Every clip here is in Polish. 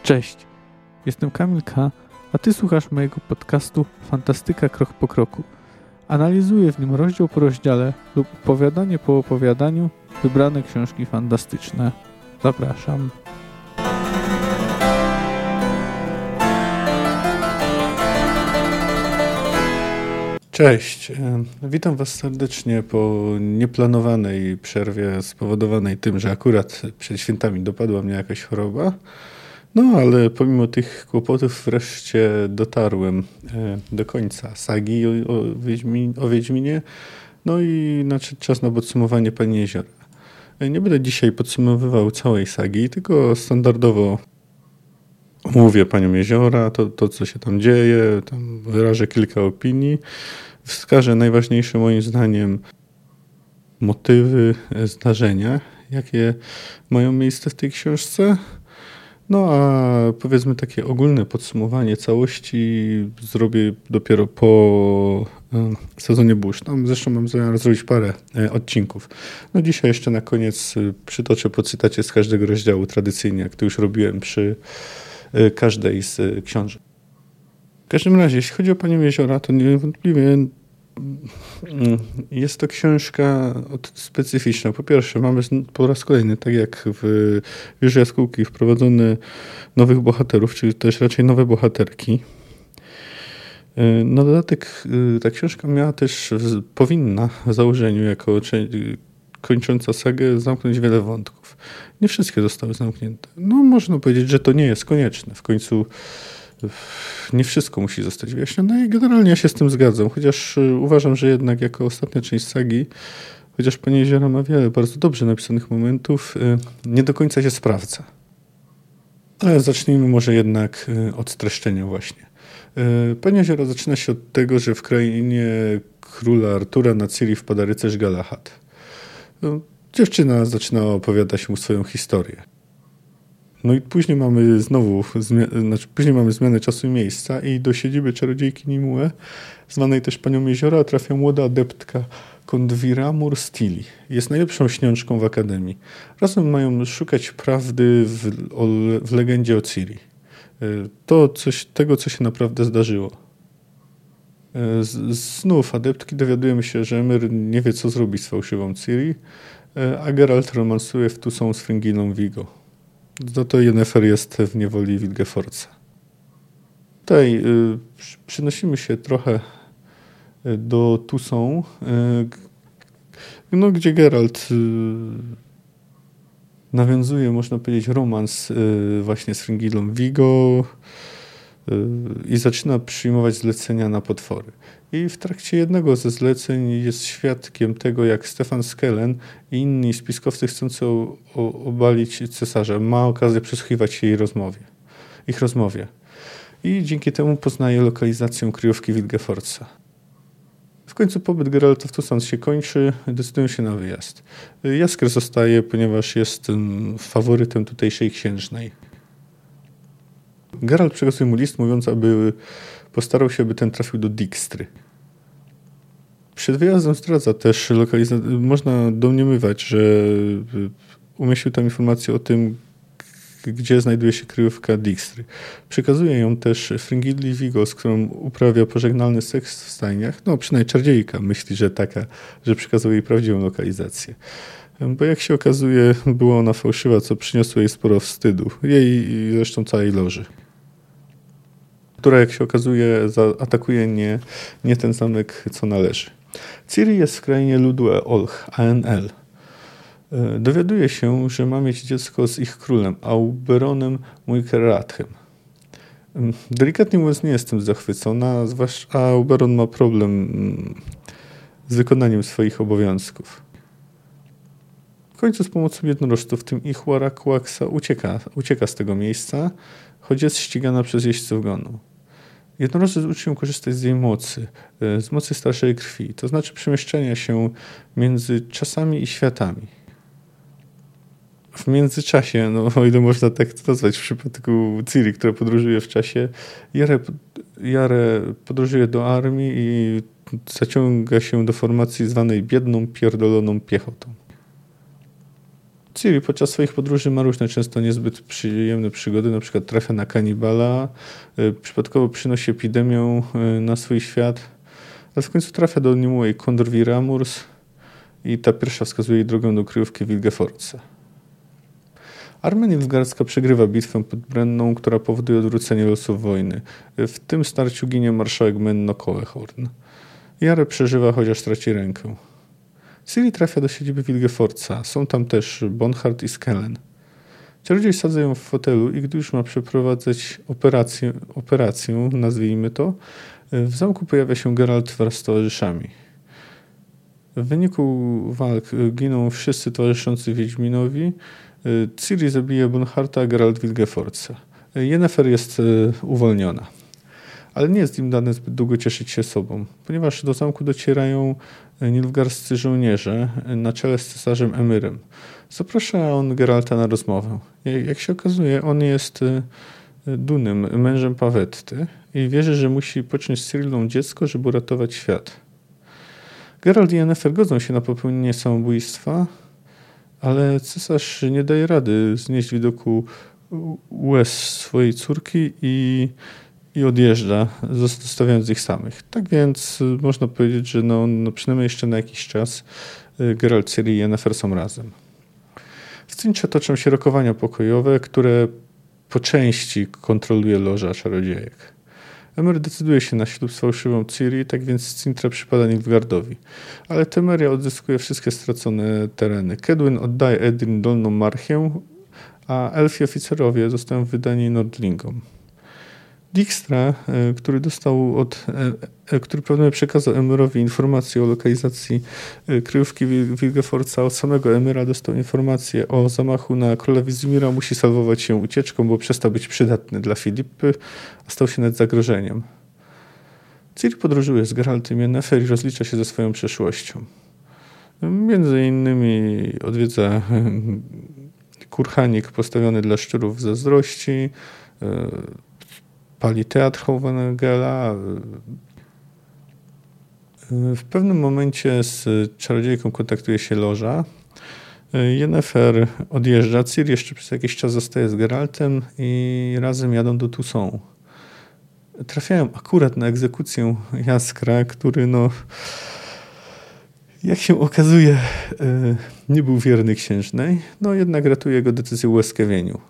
Cześć, jestem Kamil K., a Ty słuchasz mojego podcastu Fantastyka Krok po Kroku. Analizuję w nim rozdział po rozdziale lub opowiadanie po opowiadaniu wybrane książki fantastyczne. Zapraszam. Cześć, witam Was serdecznie po nieplanowanej przerwie spowodowanej tym, że akurat przed świętami dopadła mnie jakaś choroba. No ale pomimo tych kłopotów wreszcie dotarłem do końca sagi o Wiedźminie. No i nadszedł czas na podsumowanie Pani Jeziora. Nie będę dzisiaj podsumowywał całej sagi, tylko standardowo omówię Panią Jeziora, to co się tam dzieje, tam wyrażę kilka opinii, wskażę najważniejsze moim zdaniem motywy, zdarzenia, jakie mają miejsce w tej książce. No a powiedzmy takie ogólne podsumowanie całości zrobię dopiero po sezonie burz. Tam zresztą mam zamiar zrobić parę odcinków. No dzisiaj jeszcze na koniec przytoczę po cytacie z każdego rozdziału tradycyjnie, jak to już robiłem przy każdej z książek. W każdym razie, jeśli chodzi o Panią Jeziora, to niewątpliwie jest to książka specyficzna. Po pierwsze, mamy po raz kolejny, tak jak w Wieży Jaskółki, wprowadzony nowych bohaterów, czyli też raczej nowe bohaterki. Na dodatek ta książka miała też, powinna w założeniu, jako kończąca sagę, zamknąć wiele wątków. Nie wszystkie zostały zamknięte. No można powiedzieć, że to nie jest konieczne. W końcu nie wszystko musi zostać wyjaśnione i generalnie ja się z tym zgadzam, chociaż uważam, że jednak jako ostatnia część sagi, chociaż Pani Jeziora ma wiele bardzo dobrze napisanych momentów, nie do końca się sprawdza. Ale zacznijmy może jednak od streszczenia właśnie. Pani Jeziora zaczyna się od tego, że w krainie króla Artura na Ciri wpada rycerz Galahad. Dziewczyna zaczyna opowiadać mu swoją historię. No i później mamy później mamy zmianę czasu i miejsca i do siedziby czarodziejki Nimue, zwanej też Panią Jeziora, trafia młoda adeptka Kondwira Murstili. Jest najlepszą śniączką w Akademii. Razem mają szukać prawdy w legendzie o Ciri. Tego, co się naprawdę zdarzyło. Znów adeptki dowiadujemy się, że Emhyr nie wie, co zrobić z fałszywą Ciri, a Geralt romansuje w Tusą z Fringillą Vigo. Za to Yennefer jest w niewoli Wilgefortza. Tutaj przenosimy się trochę do Tusą, gdzie Geralt nawiązuje, można powiedzieć, romans właśnie z Fringillą Vigo i zaczyna przyjmować zlecenia na potwory. I w trakcie jednego ze zleceń jest świadkiem tego, jak Stefan Skellen i inni spiskowcy chcący obalić cesarza ma okazję przysłuchiwać się ich rozmowie. I dzięki temu poznaje lokalizację kryjówki Wilgefortza. W końcu pobyt Geralta w Tusans się kończy, decydują się na wyjazd. Jaskier zostaje, ponieważ jest faworytem tutejszej księżnej. Geralt przekazuje mu list, mówiąc, aby postarał się, aby ten trafił do Dijkstry. Przed wyjazdem zdradza też można domniemywać, że umieścił tam informację o tym, gdzie znajduje się kryjówka Dijkstry. Przekazuje ją też Fringilli Vigo, z którą uprawia pożegnalny seks w stajniach. No, przynajmniej czarodziejka myśli, że przekazuje jej prawdziwą lokalizację. Bo jak się okazuje, była ona fałszywa, co przyniosło jej sporo wstydu. Jej i zresztą całej loży, która, jak się okazuje, atakuje nie ten zamek, co należy. Ciri jest w krainie ludu Olch, ANL. Dowiaduje się, że ma mieć dziecko z ich królem, Auberonem Muikerrathem. Delikatnie mówiąc, nie jestem zachwycona, zwłaszcza Auberon ma problem z wykonaniem swoich obowiązków. W końcu z pomocą jednorożców, w tym Ichwara Kłaksa, ucieka z tego miejsca, choć jest ścigana przez jeźdźców gonu. Jednorożec uczy się korzystać z jej mocy, z mocy starszej krwi, to znaczy przemieszczania się między czasami i światami. W międzyczasie, o ile można tak to nazwać w przypadku Ciri, która podróżuje w czasie, Jarę podróżuje do armii i zaciąga się do formacji zwanej biedną, pierdoloną piechotą. Ciri podczas swoich podróży ma różne, często niezbyt przyjemne przygody, na przykład trafia na kanibala, przypadkowo przynosi epidemię na swój świat, ale w końcu trafia do niemiłej Condorwi Ramurs i ta pierwsza wskazuje jej drogę do kryjówki Wilgefortza. Armia Nilfgaardzka przegrywa bitwę pod Brenną, która powoduje odwrócenie losów wojny. W tym starciu ginie marszałek Menno Colehorn. Jarę przeżywa, chociaż traci rękę. Ciri trafia do siedziby Wilgefortza. Są tam też Bonhart i Skellen. Czarodziej sadza ją w fotelu i gdy już ma przeprowadzać operację, nazwijmy to, w zamku pojawia się Geralt wraz z towarzyszami. W wyniku walk giną wszyscy towarzyszący Wiedźminowi. Ciri zabija Bonharta, a Geralt Wilgefortza. Yennefer jest uwolniona. Ale nie jest im dane zbyt długo cieszyć się sobą, ponieważ do zamku docierają nilfgaarscy żołnierze na czele z cesarzem Emyrem. Zaprasza on Geralta na rozmowę. Jak się okazuje, on jest Dunym, mężem Pawetty i wierzy, że musi począć z Cyrillą dziecko, żeby uratować świat. Geralt i Yennefer godzą się na popełnienie samobójstwa, ale cesarz nie daje rady znieść widoku łez swojej córki i odjeżdża, zostawiając ich samych. Tak więc można powiedzieć, że przynajmniej jeszcze na jakiś czas Geralt, Ciri i Yennefer są razem. W Cintrze toczą się rokowania pokojowe, które po części kontroluje Loża Czarodziejek. Emyr decyduje się na ślub z fałszywą Ciri, tak więc Cintra przypada Nilfgaardowi. Ale Temeria odzyskuje wszystkie stracone tereny. Kedwyn oddaje Edrin Dolną Marchię, a elfi oficerowie zostają wydani Nordlingom. Dijkstra, który prawdopodobnie przekazał Emyrowi informację o lokalizacji kryjówki Wilgefortza, od samego Emyra dostał informację o zamachu na króla Wizimira, musi salwować się ucieczką, bo przestał być przydatny dla Filipy, a stał się nawet zagrożeniem. Ciri podróżuje z Geraltem Yennefer i rozlicza się ze swoją przeszłością. Między innymi odwiedza kurhanik postawiony dla szczurów zazdrości, pali teatr Hohenengela. W pewnym momencie z czarodziejką kontaktuje się Loża. Yennefer odjeżdża, Ciri jeszcze przez jakiś czas zostaje z Geraltem i razem jadą do Toussaint. Trafiają akurat na egzekucję Jaskra, który jak się okazuje nie był wierny księżnej, jednak ratuje go decyzję ułaskawieniu.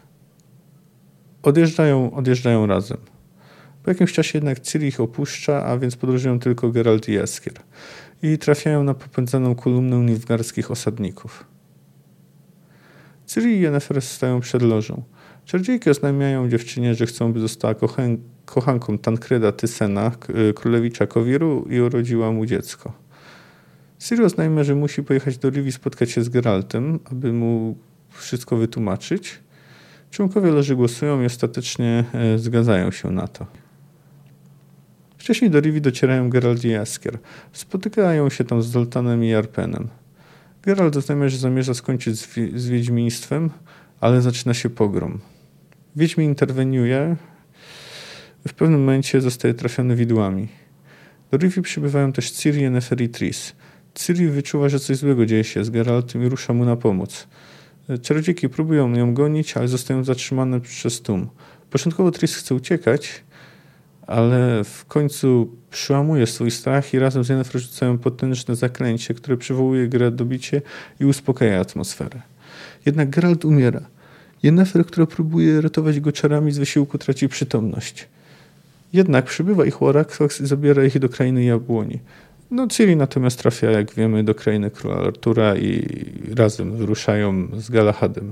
Odjeżdżają razem. Po jakimś czasie jednak Ciri ich opuszcza, a więc podróżują tylko Geralt i Jaskier. I trafiają na popędzaną kolumnę nilfgaardzkich osadników. Ciri i Yennefer stają przed Lożą. Czarodziejki oznajmiają dziewczynie, że chcą, by została kochanką Tankreda Tysena, królewicza Kowiru, i urodziła mu dziecko. Ciri oznajmia, że musi pojechać do Rivii spotkać się z Geraltem, aby mu wszystko wytłumaczyć. Członkowie Loży głosują i ostatecznie zgadzają się na to. Wcześniej do Rivii docierają Geralt i Jaskier. Spotykają się tam z Zoltanem i Jarpenem. Geralt oznajmia, że zamierza skończyć z wiedźmiństwem, ale zaczyna się pogrom. Wiedźmin interweniuje. W pewnym momencie zostaje trafiony widłami. Do Rivii przybywają też Ciri, Yennefer i Triss. Ciri wyczuwa, że coś złego dzieje się z Geraltem i rusza mu na pomoc. Czarodziejki próbują ją gonić, ale zostają zatrzymane przez tłum. Początkowo Triss chce uciekać, ale w końcu przełamuje swój strach i razem z Yennefer rzucają potężne zaklęcie, które przywołuje grę do bicie i uspokaja atmosferę. Jednak Geralt umiera. Yennefer, która próbuje ratować go czarami z wysiłku, traci przytomność. Jednak przybywa ich Araxos i zabiera ich do krainy Jabłoni. Ciri natomiast trafia, jak wiemy, do krainy króla Artura i razem wyruszają z Galahadem.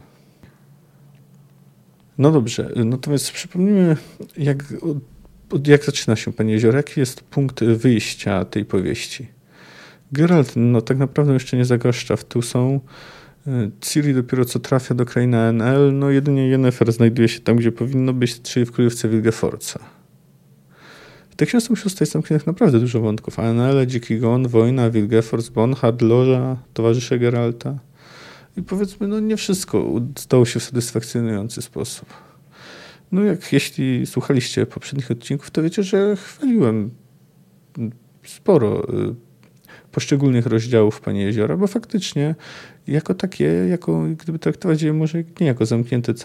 No dobrze, natomiast przypomnijmy, jak zaczyna się Panie Jezioro, jaki jest punkt wyjścia tej powieści. Geralt tak naprawdę jeszcze nie zagoszcza w Toussaint. Ciri dopiero co trafia do krainy Enel, jedynie Yennefer znajduje się tam, gdzie powinno być, czyli w kryjówce Wilgefortza. W tej książce szóstej jest zamkniętych naprawdę dużo wątków. Enel, Dziki Gon, wojna, Wilgefortz, Bonhart, Loża, towarzysze Geralta. I powiedzmy, nie wszystko stało się w satysfakcjonujący sposób. Jeśli słuchaliście poprzednich odcinków, to wiecie, że chwaliłem sporo poszczególnych rozdziałów Pani Jeziora, bo faktycznie jako takie, jako gdyby traktować je może nie jako zamknięte,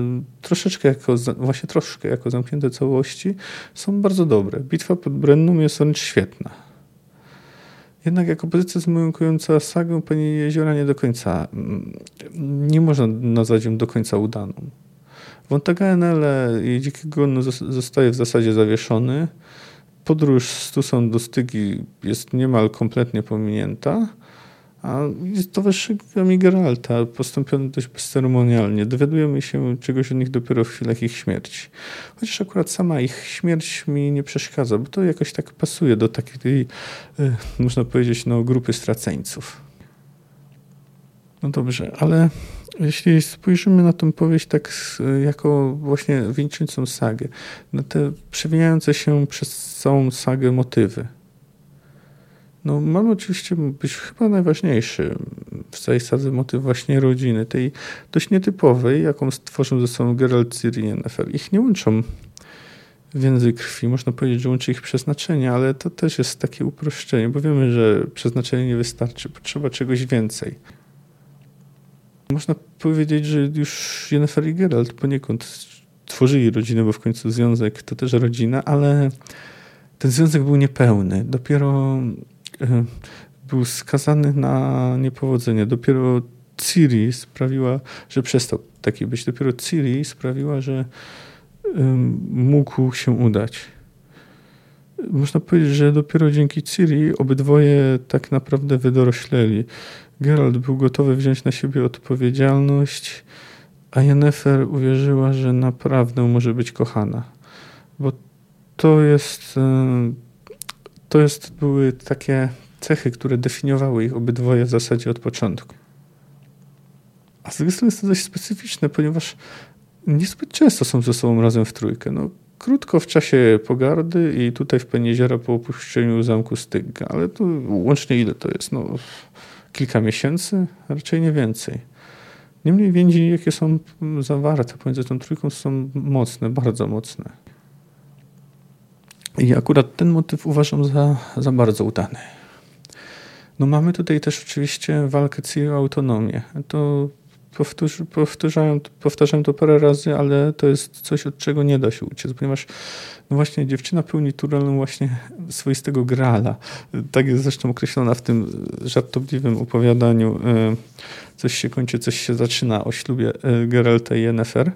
troszkę jako zamknięte całości, są bardzo dobre. Bitwa pod Brenną jest wręcz świetna. Jednak jako pozycja zmyłkująca sagę Pani Jeziora nie do końca, nie można nazwać ją do końca udaną. Wątek ANL i Dzikiego Gonu zostaje w zasadzie zawieszony. Podróż z Tusą do Stygi jest niemal kompletnie pominięta, a towarzyszami Geralta postąpiono dość bezceremonialnie. Dowiadujemy się czegoś od nich dopiero w chwilach ich śmierci. Chociaż akurat sama ich śmierć mi nie przeszkadza, bo to jakoś tak pasuje do takiej, można powiedzieć, grupy straceńców. No dobrze, ale jeśli spojrzymy na tę powieść tak jako właśnie wieńczącą sagę, na te przewijające się przez całą sagę motywy. No mamy oczywiście być chyba najważniejszy w całej sadze motyw właśnie rodziny, tej dość nietypowej, jaką stworzył ze sobą Geralt, Ciri i Yennefer. Ich nie łączą więzy krwi, można powiedzieć, że łączy ich przeznaczenie, ale to też jest takie uproszczenie, bo wiemy, że przeznaczenie nie wystarczy, potrzeba czegoś więcej. Można powiedzieć, że już Yennefer i Geralt poniekąd tworzyli rodzinę, bo w końcu związek to też rodzina, ale ten związek był niepełny. Dopiero był skazany na niepowodzenie. Dopiero Ciri sprawiła, że przestał taki być. Dopiero Ciri sprawiła, że mógł się udać. Można powiedzieć, że dopiero dzięki Ciri obydwoje tak naprawdę wydorośleli. Geralt był gotowy wziąć na siebie odpowiedzialność, a Yennefer uwierzyła, że naprawdę może być kochana. Bo były takie cechy, które definiowały ich obydwoje w zasadzie od początku. A z drugiej strony jest to dość specyficzne, ponieważ niezbyt często są ze sobą razem w trójkę. No, krótko w czasie pogardy i tutaj w Pani Jeziora po opuszczeniu zamku Stygga, ale to łącznie ile to jest? No, kilka miesięcy? Raczej nie więcej. Niemniej więzi, jakie są zawarte pomiędzy tą trójką, są mocne, bardzo mocne. I akurat ten motyw uważam za bardzo udany. No mamy tutaj też oczywiście walkę Ciri o autonomię. To powtarzam to parę razy, ale to jest coś, od czego nie da się uciec, ponieważ no właśnie dziewczyna pełni tu rolę właśnie swoistego Graala. Tak jest zresztą określona w tym żartobliwym opowiadaniu Coś się kończy, coś się zaczyna o ślubie Geralta i Yennefer.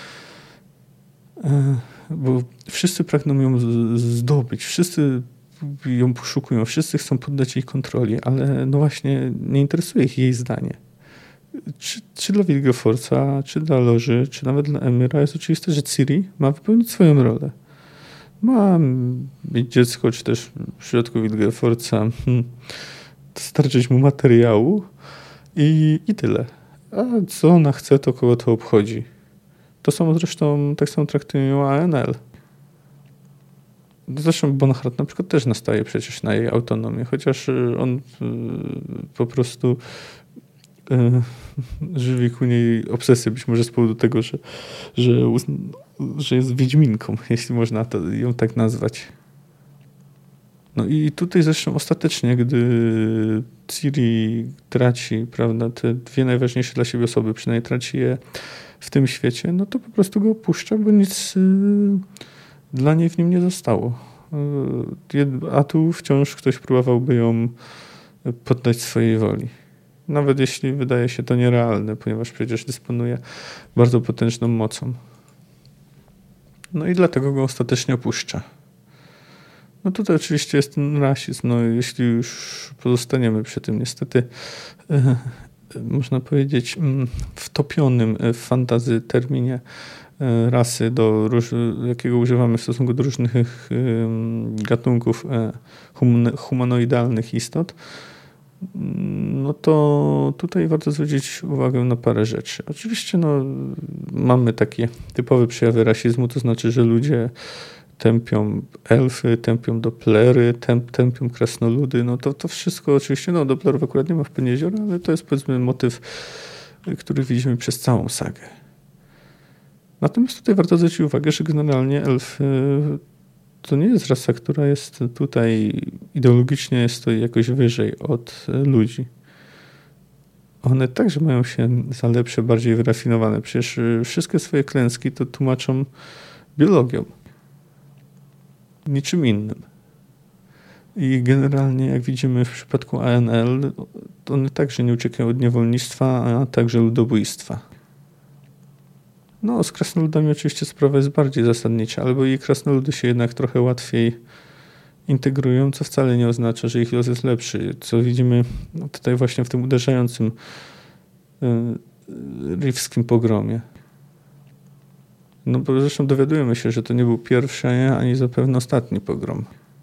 Bo wszyscy pragną ją zdobyć, wszyscy ją poszukują, wszyscy chcą poddać jej kontroli, ale no właśnie nie interesuje ich jej zdanie. Czy dla Wilgefortza, czy dla Loży, czy nawet dla Emyra jest oczywiste, że Ciri ma wypełnić swoją rolę. Ma mieć dziecko, czy też w przypadku Wilgefortza dostarczyć mu materiału i tyle. A co ona chce, to kogo to obchodzi. To samo zresztą, tak samo traktują ANL. Zresztą Bonhart na przykład też nastaje przecież na jej autonomię, chociaż on po prostu żywi ku niej obsesję, być może z powodu tego, że jest wiedźminką, jeśli można ją tak nazwać. No i tutaj zresztą ostatecznie, gdy Ciri traci, prawda, te dwie najważniejsze dla siebie osoby, przynajmniej traci je w tym świecie, no to po prostu go opuszcza, bo nic dla niej w nim nie zostało. A tu wciąż ktoś próbowałby ją poddać swojej woli. Nawet jeśli wydaje się to nierealne, ponieważ przecież dysponuje bardzo potężną mocą. No i dlatego go ostatecznie opuszcza. No tutaj oczywiście jest ten rasizm. No jeśli już pozostaniemy przy tym niestety można powiedzieć wtopionym w fantasy terminie rasy, jakiego używamy w stosunku do różnych gatunków humanoidalnych istot, no to tutaj warto zwrócić uwagę na parę rzeczy. Oczywiście mamy takie typowe przejawy rasizmu, to znaczy, że ludzie tępią elfy, tępią doplery, tępią krasnoludy. No to wszystko oczywiście, doplerów akurat nie ma w Pani Jeziora, ale to jest powiedzmy motyw, który widzimy przez całą sagę. Natomiast tutaj warto zwrócić uwagę, że generalnie elfy to nie jest rasa, która jest tutaj ideologicznie stoi jakoś wyżej od ludzi. One także mają się za lepsze, bardziej wyrafinowane. Przecież wszystkie swoje klęski to tłumaczą biologią. Niczym innym. I generalnie, jak widzimy w przypadku ANL, to one także nie uciekają od niewolnictwa, a także ludobójstwa. No, z krasnoludami oczywiście sprawa jest bardziej zasadnicza, albo i krasnoludy się jednak trochę łatwiej integrują, co wcale nie oznacza, że ich los jest lepszy. Co widzimy tutaj właśnie w tym uderzającym rifskim pogromie. No bo zresztą dowiadujemy się, że to nie był pierwszy, ani zapewne ostatni pogrom.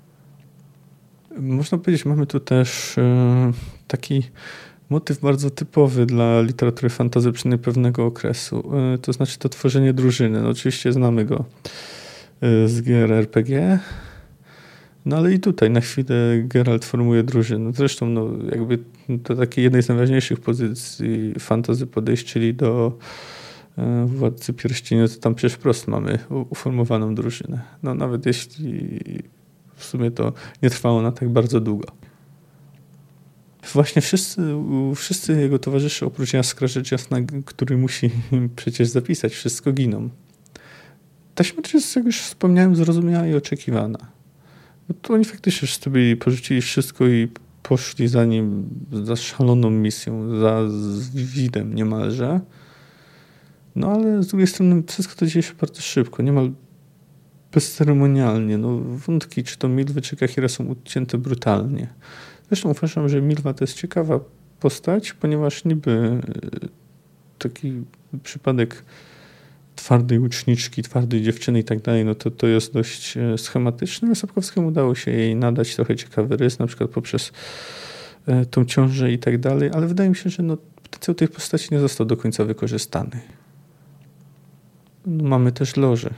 Można powiedzieć, mamy tu też taki motyw bardzo typowy dla literatury fantasy przynajmniej pewnego okresu. To znaczy to tworzenie drużyny. No, oczywiście znamy go z gier RPG. No ale i tutaj na chwilę Geralt formuje drużynę. Zresztą no, jakby to takiej jednej z najważniejszych pozycji fantasy podejść, czyli do Władcy Pierścieni, to tam przecież wprost mamy uformowaną drużynę. No nawet jeśli w sumie to nie trwało na tak bardzo długo. Właśnie wszyscy jego towarzysze, oprócz Jaskra, rzecz jasna, który musi przecież zapisać, wszystko giną. Ta śmierć jest, jak już wspomniałem, zrozumiała i oczekiwana. Bo to oni faktycznie sobie porzucili wszystko i poszli za nim, za szaloną misją, za widem niemalże. No ale z drugiej strony wszystko to dzieje się bardzo szybko, niemal bezceremonialnie. No, wątki, czy to Milwy, czy Kahira są ucięte brutalnie. Zresztą uważam, że Milwa to jest ciekawa postać, ponieważ niby taki przypadek twardej łuczniczki, twardej dziewczyny i tak dalej, no to jest dość schematyczne, ale Sapkowskiemu udało się jej nadać trochę ciekawy rys, na przykład poprzez tą ciążę i tak dalej, ale wydaje mi się, że no, potencjał tej postaci nie został do końca wykorzystany. No, mamy też Loże.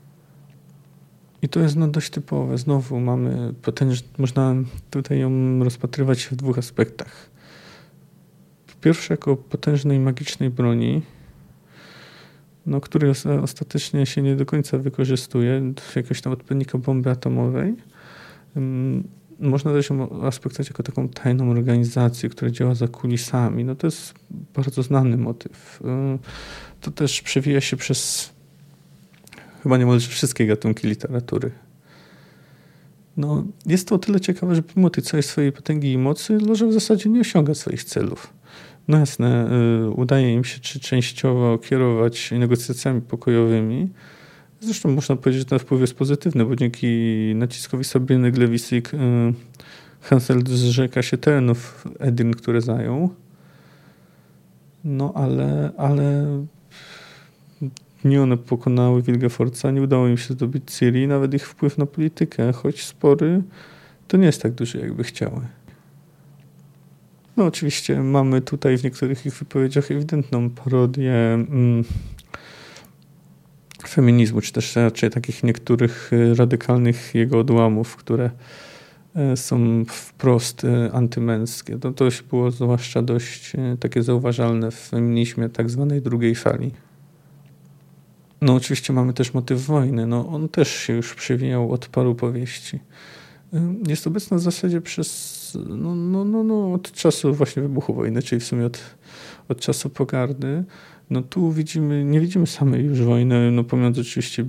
I to jest no, dość typowe. Znowu mamy można tutaj ją rozpatrywać w dwóch aspektach. Po pierwsze jako potężnej magicznej broni, no, który ostatecznie się nie do końca wykorzystuje, jakiegoś tam odpowiednika bomby atomowej. Można też ją aspektować jako taką tajną organizację, która działa za kulisami. No to jest bardzo znany motyw. To też przewija się przez chyba niemalże wszystkie gatunki literatury. No, jest to o tyle ciekawe, że pomimo tej całej swojej potęgi i mocy, Loże w zasadzie nie osiąga swoich celów. No jasne, udaje im się częściowo kierować negocjacjami pokojowymi. Zresztą można powiedzieć, że ten wpływ jest pozytywny, bo dzięki naciskowi Sabriny Glewisik Hansel zrzeka się terenów Edirn, które zajął. No ale nie one pokonały Wilgefortza, nie udało im się zdobyć Ciri, nawet ich wpływ na politykę, choć spory, to nie jest tak duży, jakby chciały. No oczywiście mamy tutaj w niektórych ich wypowiedziach ewidentną parodię feminizmu, czy też raczej takich niektórych radykalnych jego odłamów, które są wprost antymęskie. To się było zwłaszcza dość takie zauważalne w feminizmie tak zwanej drugiej fali. No oczywiście mamy też motyw wojny. No, on też się już przewijał od paru powieści. Jest obecna w zasadzie od czasu właśnie wybuchu wojny, czyli w sumie od czasu pogardy. No tu nie widzimy samej już wojny, no pomiędzy oczywiście,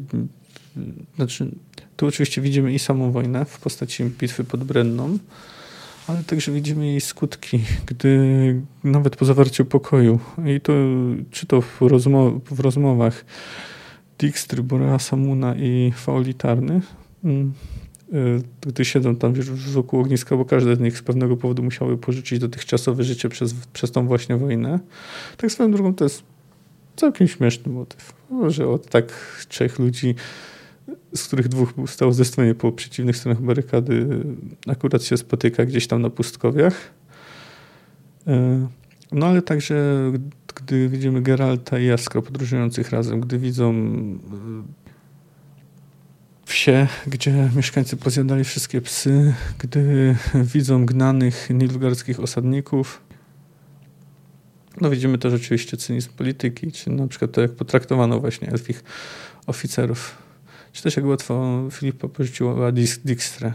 tu oczywiście widzimy i samą wojnę w postaci bitwy pod Brenną, ale także widzimy jej skutki, gdy nawet po zawarciu pokoju, i to czy to w rozmowach Dijkstry, Boreasa, Muna i Faolitarny, gdy siedzą tam wokół ogniska, bo każde z nich z pewnego powodu musiały porzucić dotychczasowe życie przez tą właśnie wojnę. Tak swoją drogą to jest całkiem śmieszny motyw, że od tak trzech ludzi, z których dwóch stało ze strony po przeciwnych stronach barykady, akurat się spotyka gdzieś tam na pustkowiach. No ale także gdy widzimy Geralta i Jaskra podróżujących razem, gdy widzą wsie, gdzie mieszkańcy pozjadali wszystkie psy, gdy widzą gnanych nilfgaardzkich osadników. No widzimy też oczywiście cynizm polityki, czy na przykład to, jak potraktowano właśnie elfich oficerów. Czy też jak łatwo Filipa porzuciła Dijkstrę.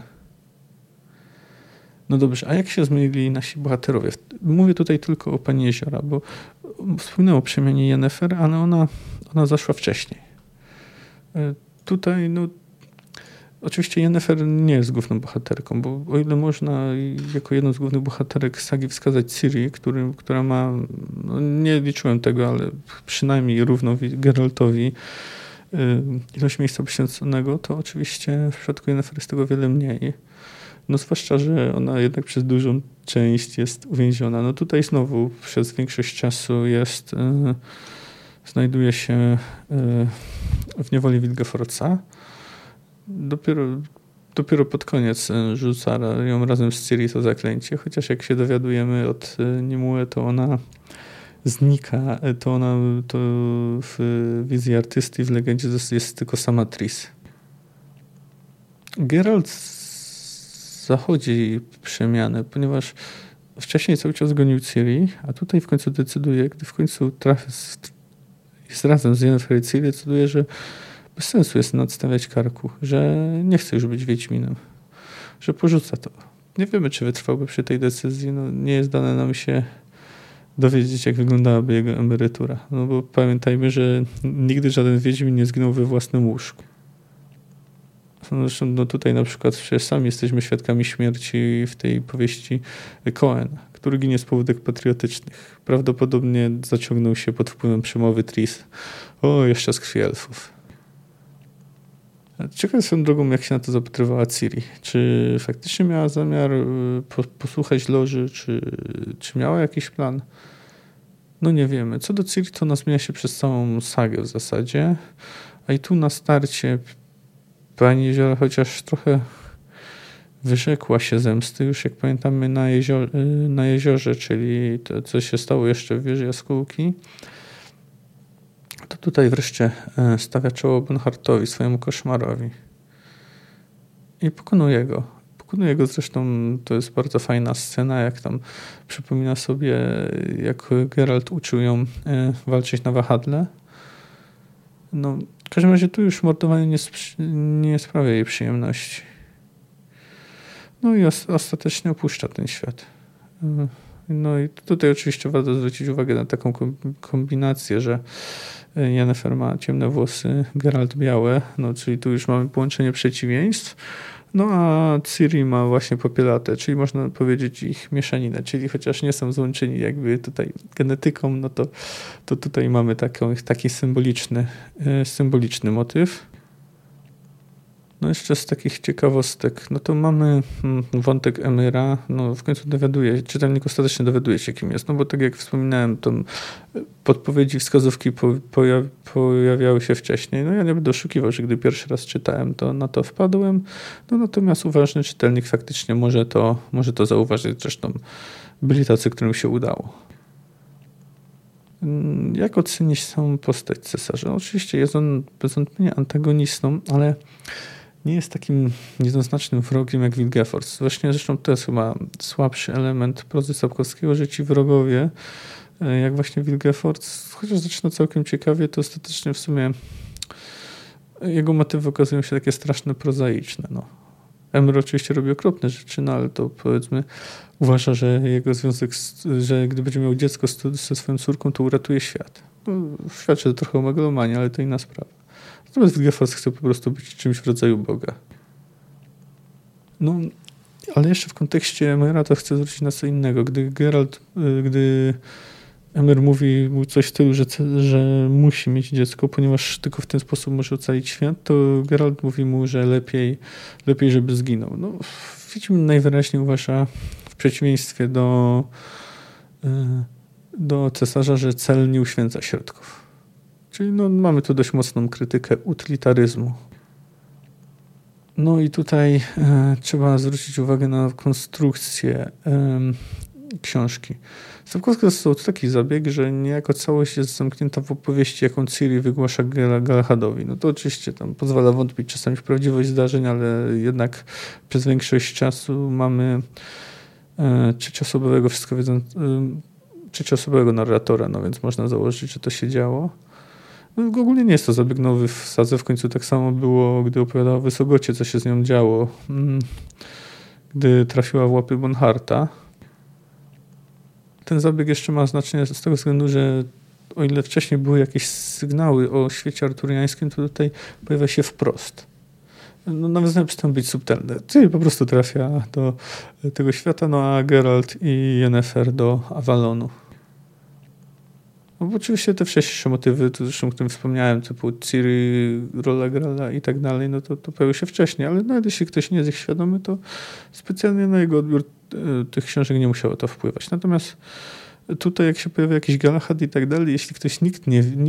No dobrze, a jak się zmienili nasi bohaterowie? Mówię tutaj tylko o Pani Jeziora, bo wspominałem o przemianie Yennefer, ale ona zaszła wcześniej. Tutaj, no, oczywiście Yennefer nie jest główną bohaterką, bo o ile można jako jedną z głównych bohaterek sagi wskazać Ciri, która ma, no nie liczyłem tego, ale przynajmniej równą Geraltowi ilość miejsca poświęconego, to oczywiście w przypadku Yennefer jest tego wiele mniej. No zwłaszcza, że ona jednak przez dużą część jest uwięziona. No tutaj znowu przez większość czasu znajduje się w niewoli Wilgefortza. Dopiero pod koniec rzuca ją razem z Ciri to zaklęcie, chociaż jak się dowiadujemy od Nimue, to ona znika, to w wizji artysty w legendzie jest tylko sama Triss. Geralt zachodzi przemianę, ponieważ wcześniej cały czas gonił Ciri, a tutaj w końcu decyduje, gdy w końcu jest razem z Yennefer i Ciri, decyduje, że bez sensu jest nadstawiać karku, że nie chce już być Wiedźminem, że porzuca to. Nie wiemy, czy wytrwałby przy tej decyzji, no, nie jest dane nam się dowiedzieć, jak wyglądałaby jego emerytura. No bo pamiętajmy, że nigdy żaden Wiedźmin nie zginął we własnym łóżku. Zresztą no tutaj na przykład przecież sami jesteśmy świadkami śmierci w tej powieści Cohen, który ginie z powodów patriotycznych. Prawdopodobnie zaciągnął się pod wpływem przemowy Triss. O, jeszcze z krwi elfów. Ciekaw swoją drogą, jak się na to zapatrywała Ciri. Czy faktycznie miała zamiar posłuchać Loży, czy miała jakiś plan? No nie wiemy. Co do Ciri, to ona zmienia się przez całą sagę w zasadzie. A i tu na starcie Pani Jeziora chociaż trochę wyrzekła się zemsty, już jak pamiętamy na jeziorze, czyli to, co się stało jeszcze w wieży Jaskółki. To tutaj wreszcie stawia czoło Bonhartowi, swojemu koszmarowi. I pokonuje go. Pokonuje go zresztą, to jest bardzo fajna scena, jak tam przypomina sobie, jak Geralt uczył ją walczyć na wahadle. No, w każdym razie tu już mordowanie nie sprawia jej przyjemności. No i ostatecznie opuszcza ten świat. No i tutaj oczywiście warto zwrócić uwagę na taką kombinację, że Yennefer ma ciemne włosy, Geralt białe, no czyli tu już mamy połączenie przeciwieństw. No a Ciri ma właśnie popielate, czyli można powiedzieć ich mieszaninę, czyli chociaż nie są złączeni jakby tutaj genetyką, no to tutaj mamy taki symboliczny motyw. No jeszcze z takich ciekawostek, no to mamy wątek Emyra, no w końcu czytelnik ostatecznie dowiaduje się, kim jest, no bo tak jak wspominałem, to podpowiedzi, wskazówki pojawiały się wcześniej, no ja nie będę oszukiwał, że gdy pierwszy raz czytałem, to na to wpadłem, no natomiast uważny czytelnik faktycznie może to zauważyć, zresztą byli tacy, którym się udało. Jak ocenić samą postać cesarza? Oczywiście jest on bez wątpienia antagonistą, ale nie jest takim jednoznacznym wrogiem jak Wilgefortz. Właśnie zresztą to jest chyba słabszy element prozy Sapkowskiego, że ci wrogowie, jak właśnie Wilgefortz, chociaż zaczyna całkiem ciekawie, to ostatecznie w sumie jego motywy okazują się takie straszne prozaiczne. No. Emir oczywiście robi okropne rzeczy, no ale to powiedzmy uważa, że jego związek, że gdy będzie miał dziecko ze swoją córką, to uratuje świat. No, świadczy to trochę o megalomanii, ale to inna sprawa. Natomiast Wilgefortz chce po prostu być czymś w rodzaju Boga. No, ale jeszcze w kontekście Emira to chcę zwrócić na co innego. Gdy Emir mówi mu coś w stylu, że musi mieć dziecko, ponieważ tylko w ten sposób może ocalić świat, to Geralt mówi mu, że lepiej żeby zginął. No, Wiedźmin najwyraźniej uważa, w przeciwieństwie do cesarza, że cel nie uświęca środków. Czyli no, mamy tu dość mocną krytykę utylitaryzmu. No i tutaj trzeba zwrócić uwagę na konstrukcję książki. Sapkowska został to taki zabieg, że niejako całość jest zamknięta w opowieści, jaką Ciri wygłasza Galahadowi. No to oczywiście tam pozwala wątpić czasami w prawdziwość zdarzeń, ale jednak przez większość czasu mamy trzecioosobowego narratora, no więc można założyć, że to się działo. No, ogólnie nie jest to zabieg nowy w Sadze, w końcu tak samo było, gdy opowiadała o Wysogocie, co się z nią działo, gdy trafiła w łapy Bonharta. Ten zabieg jeszcze ma znaczenie z tego względu, że o ile wcześniej były jakieś sygnały o świecie arturiańskim, to tutaj pojawia się wprost. No, nawet zamiast tam być subtelne. Czyli po prostu trafia do tego świata, no a Geralt i Yennefer do Avalonu. No, bo oczywiście te wcześniejsze motywy, to zresztą o którym wspomniałem, typu Ciri, rola Grala i tak dalej, no to pojawiły się wcześniej, ale nawet jeśli ktoś nie jest ich świadomy, to specjalnie na jego odbiór tych książek nie musiało to wpływać. Natomiast tutaj jak się pojawia jakiś Galahad i tak dalej, jeśli ktoś nikt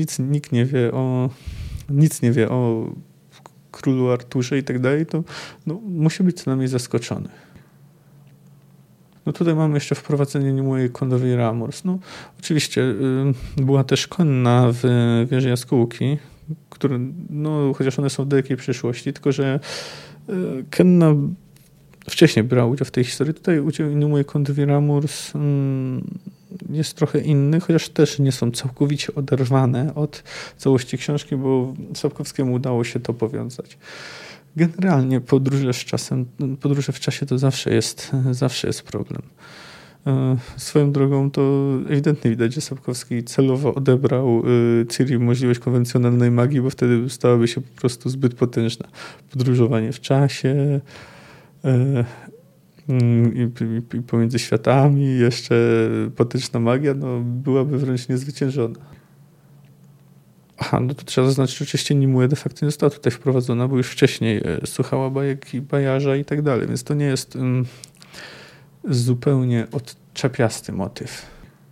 nie wie o królu Arturze i tak dalej, to no, musi być co najmniej zaskoczony. No tutaj mamy jeszcze wprowadzenie Nimue Kondowej Ramors. No oczywiście była też konna w wieży jaskółki, które, no chociaż one są w dalekiej przyszłości, tylko że Kenna wcześniej brała udział w tej historii. Tutaj udział Nimue Kondowej Ramors jest trochę inny, chociaż też nie są całkowicie oderwane od całości książki, bo Sapkowskiemu udało się to powiązać. Generalnie podróże w czasie to zawsze jest problem. Swoją drogą to ewidentnie widać, że Sapkowski celowo odebrał Ciri możliwość konwencjonalnej magii, bo wtedy stałaby się po prostu zbyt potężna. Podróżowanie w czasie i pomiędzy światami, jeszcze potężna magia, no byłaby wręcz niezwyciężona. Aha, no to trzeba zaznaczyć, że oczywiście Nimue de facto nie została tutaj wprowadzona, bo już wcześniej słuchała bajek i bajarza i tak dalej, więc to nie jest zupełnie odczepiasty motyw.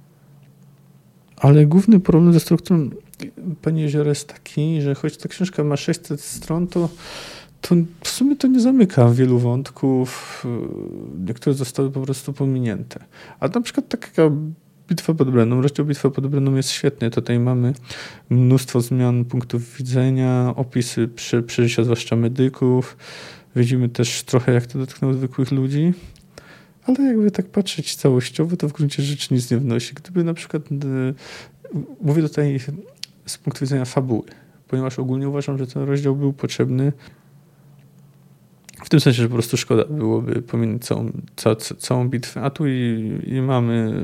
Ale główny problem ze strukturą Pani Jeziora jest taki, że choć ta książka ma 600 stron, to w sumie to nie zamyka wielu wątków, niektóre zostały po prostu pominięte. A na przykład taka Bitwa pod Brenną, rozdział Bitwa pod Brenną jest świetny. Tutaj mamy mnóstwo zmian punktów widzenia, opisy przeżycia, zwłaszcza medyków. Widzimy też trochę, jak to dotknęło zwykłych ludzi. Ale jakby tak patrzeć całościowo, to w gruncie rzeczy nic nie wnosi. Gdyby na przykład, mówię tutaj z punktu widzenia fabuły, ponieważ ogólnie uważam, że ten rozdział był potrzebny w tym sensie, że po prostu szkoda byłoby pominąć całą bitwę. A tu i mamy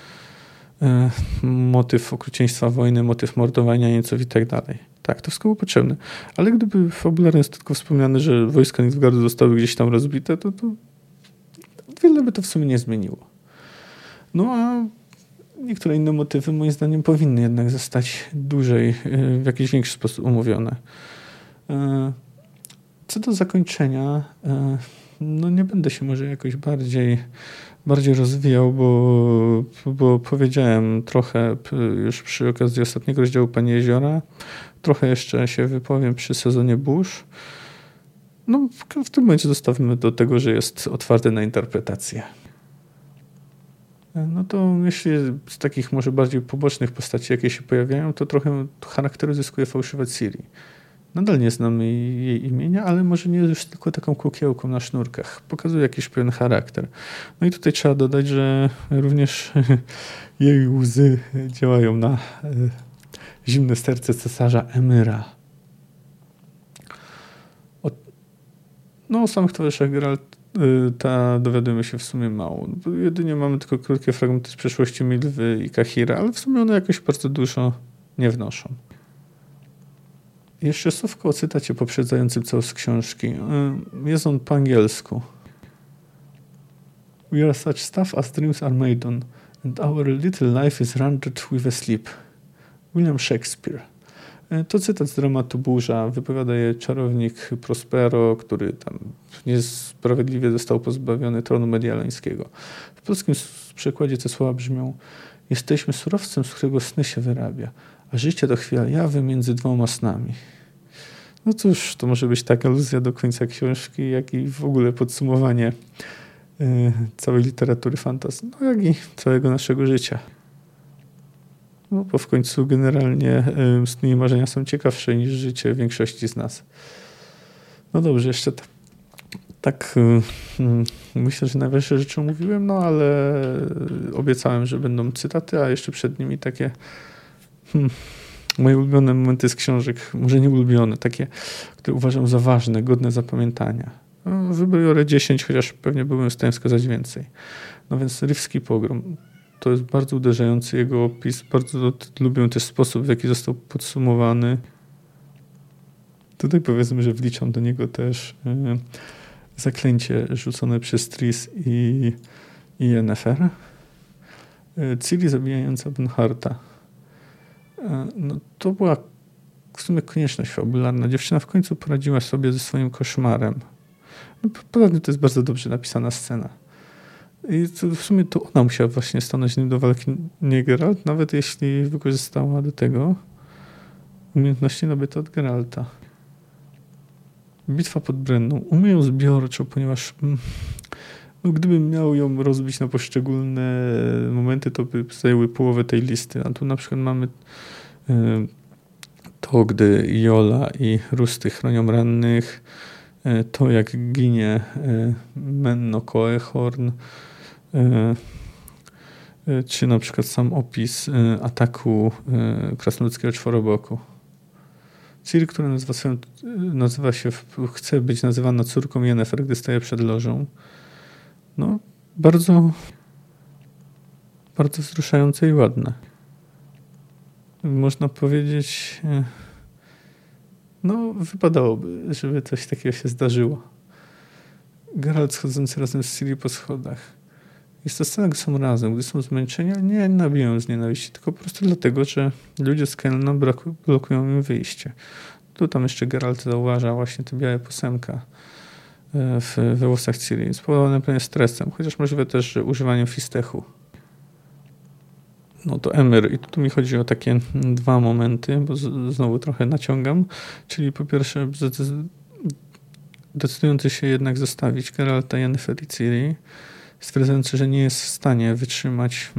motyw okrucieństwa wojny, motyw mordowania nieco i tak dalej. Tak, to wszystko było potrzebne. Ale gdyby fabularnie jest tylko wspomniane, że wojska Nilfgaardu zostały gdzieś tam rozbite, to wiele by to w sumie nie zmieniło. No a niektóre inne motywy moim zdaniem powinny jednak zostać dłużej, w jakiś większy sposób omówione. Co do zakończenia, no nie będę się może jakoś bardziej rozwijał, bo powiedziałem trochę już przy okazji ostatniego rozdziału Pani Jeziora. Trochę jeszcze się wypowiem przy sezonie burz. No w tym momencie zostawimy do tego, że jest otwarte na interpretację. No to jeśli z takich może bardziej pobocznych postaci, jakie się pojawiają, to trochę charakteru zyskuje fałszywa Ciri. Nadal nie znamy jej imienia, ale może nie jest już tylko taką kukiełką na sznurkach. Pokazuje jakiś pewien charakter. No i tutaj trzeba dodać, że również jej łzy działają na zimne serce cesarza Emyra. O samych towarzyszach Geralta dowiadujemy się w sumie mało. Jedynie mamy tylko krótkie fragmenty z przeszłości Milwy i Kahira, ale w sumie one jakoś bardzo dużo nie wnoszą. Jeszcze słówko o cytacie poprzedzającym całość książki. Jest on po angielsku. We are such stuff as dreams are made on, and our little life is rendered with a sleep. William Shakespeare. To cytat z dramatu Burza. Wypowiada je czarownik Prospero, który tam niesprawiedliwie został pozbawiony tronu medialańskiego. W polskim przekładzie te słowa brzmią: jesteśmy surowcem, z którego sny się wyrabia, a życie to chwila jawy między dwoma snami. No cóż, to może być tak aluzja do końca książki, jak i w ogóle podsumowanie całej literatury fantasy, no jak i całego naszego życia. No bo w końcu generalnie sny i marzenia są ciekawsze niż życie większości z nas. No dobrze, jeszcze tak myślę, że najważniejsze rzeczy mówiłem, no ale obiecałem, że będą cytaty, a jeszcze przed nimi takie moje ulubione momenty z książek, może nie ulubione, takie, które uważam za ważne, godne zapamiętania. No, wybiorę 10, chociaż pewnie byłbym w stanie wskazać więcej. No więc Rywski Pogrom to jest bardzo uderzający jego opis. Bardzo lubię też sposób, w jaki został podsumowany. Tutaj powiedzmy, że wliczam do niego też zaklęcie rzucone przez Triss i Yennefer. Ciri zabijająca Bernharda. No, to była w sumie konieczność fabularna. Dziewczyna w końcu poradziła sobie ze swoim koszmarem. No, poza tym to jest bardzo dobrze napisana scena. I w sumie to ona musiała właśnie stanąć nim do walki, nie Geralt, nawet jeśli wykorzystała do tego umiejętności nabyte od Geralta. Bitwa pod Brenną. Umiem ją zbiorczo, ponieważ no, gdybym miał ją rozbić na poszczególne momenty, to by zajęły połowę tej listy. A tu na przykład mamy to, gdy Jola i Rusty chronią rannych, to jak ginie Menno Coehorn, czy na przykład sam opis ataku krasnoludzkiego czworoboku. Ciri, która chce być nazywana córką Yennefer, gdy staje przed lożą. No, bardzo, bardzo wzruszające i ładne. Można powiedzieć, no, wypadałoby, żeby coś takiego się zdarzyło. Geralt schodzący razem z Ciri po schodach. Jest to scena, gdy są razem, gdy są zmęczeni, ale nie nabijają z nienawiści, tylko po prostu dlatego, że ludzie z Kelna blokują im wyjście. Tu tam jeszcze Geralt zauważa właśnie te białe posemka we włosach Ciri, spowodowane pewnie stresem, chociaż możliwe też, że używaniem fistechu. No to Emir, i tu mi chodzi o takie dwa momenty, bo znowu trochę naciągam, czyli po pierwsze decydujący się jednak zostawić Geralta, Yennefer i Ciri, stwierdzający, że nie jest w stanie wytrzymać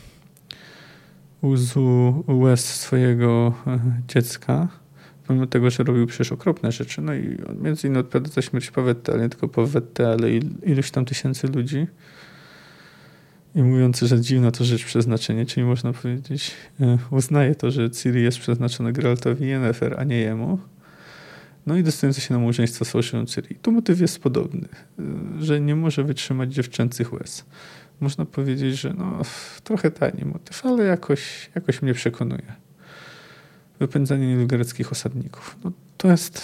łez swojego dziecka, pomimo tego, że robił przecież okropne rzeczy. No i między innymi odpowiada za śmierć Pawetty, ale nie tylko Pawetty, ale iluś tam tysięcy ludzi. I mówiący, że dziwna to rzecz przeznaczenie, czyli można powiedzieć, uznaje to, że Ciri jest przeznaczona Geraltowi i Yennefer, a nie jemu. No i decydujący się na małżeństwo z fałszywą Ciri. Tu motyw jest podobny, że nie może wytrzymać dziewczęcych łez. Można powiedzieć, że no, trochę tani motyw, ale jakoś mnie przekonuje. Wypędzanie nilugareckich osadników. No, to jest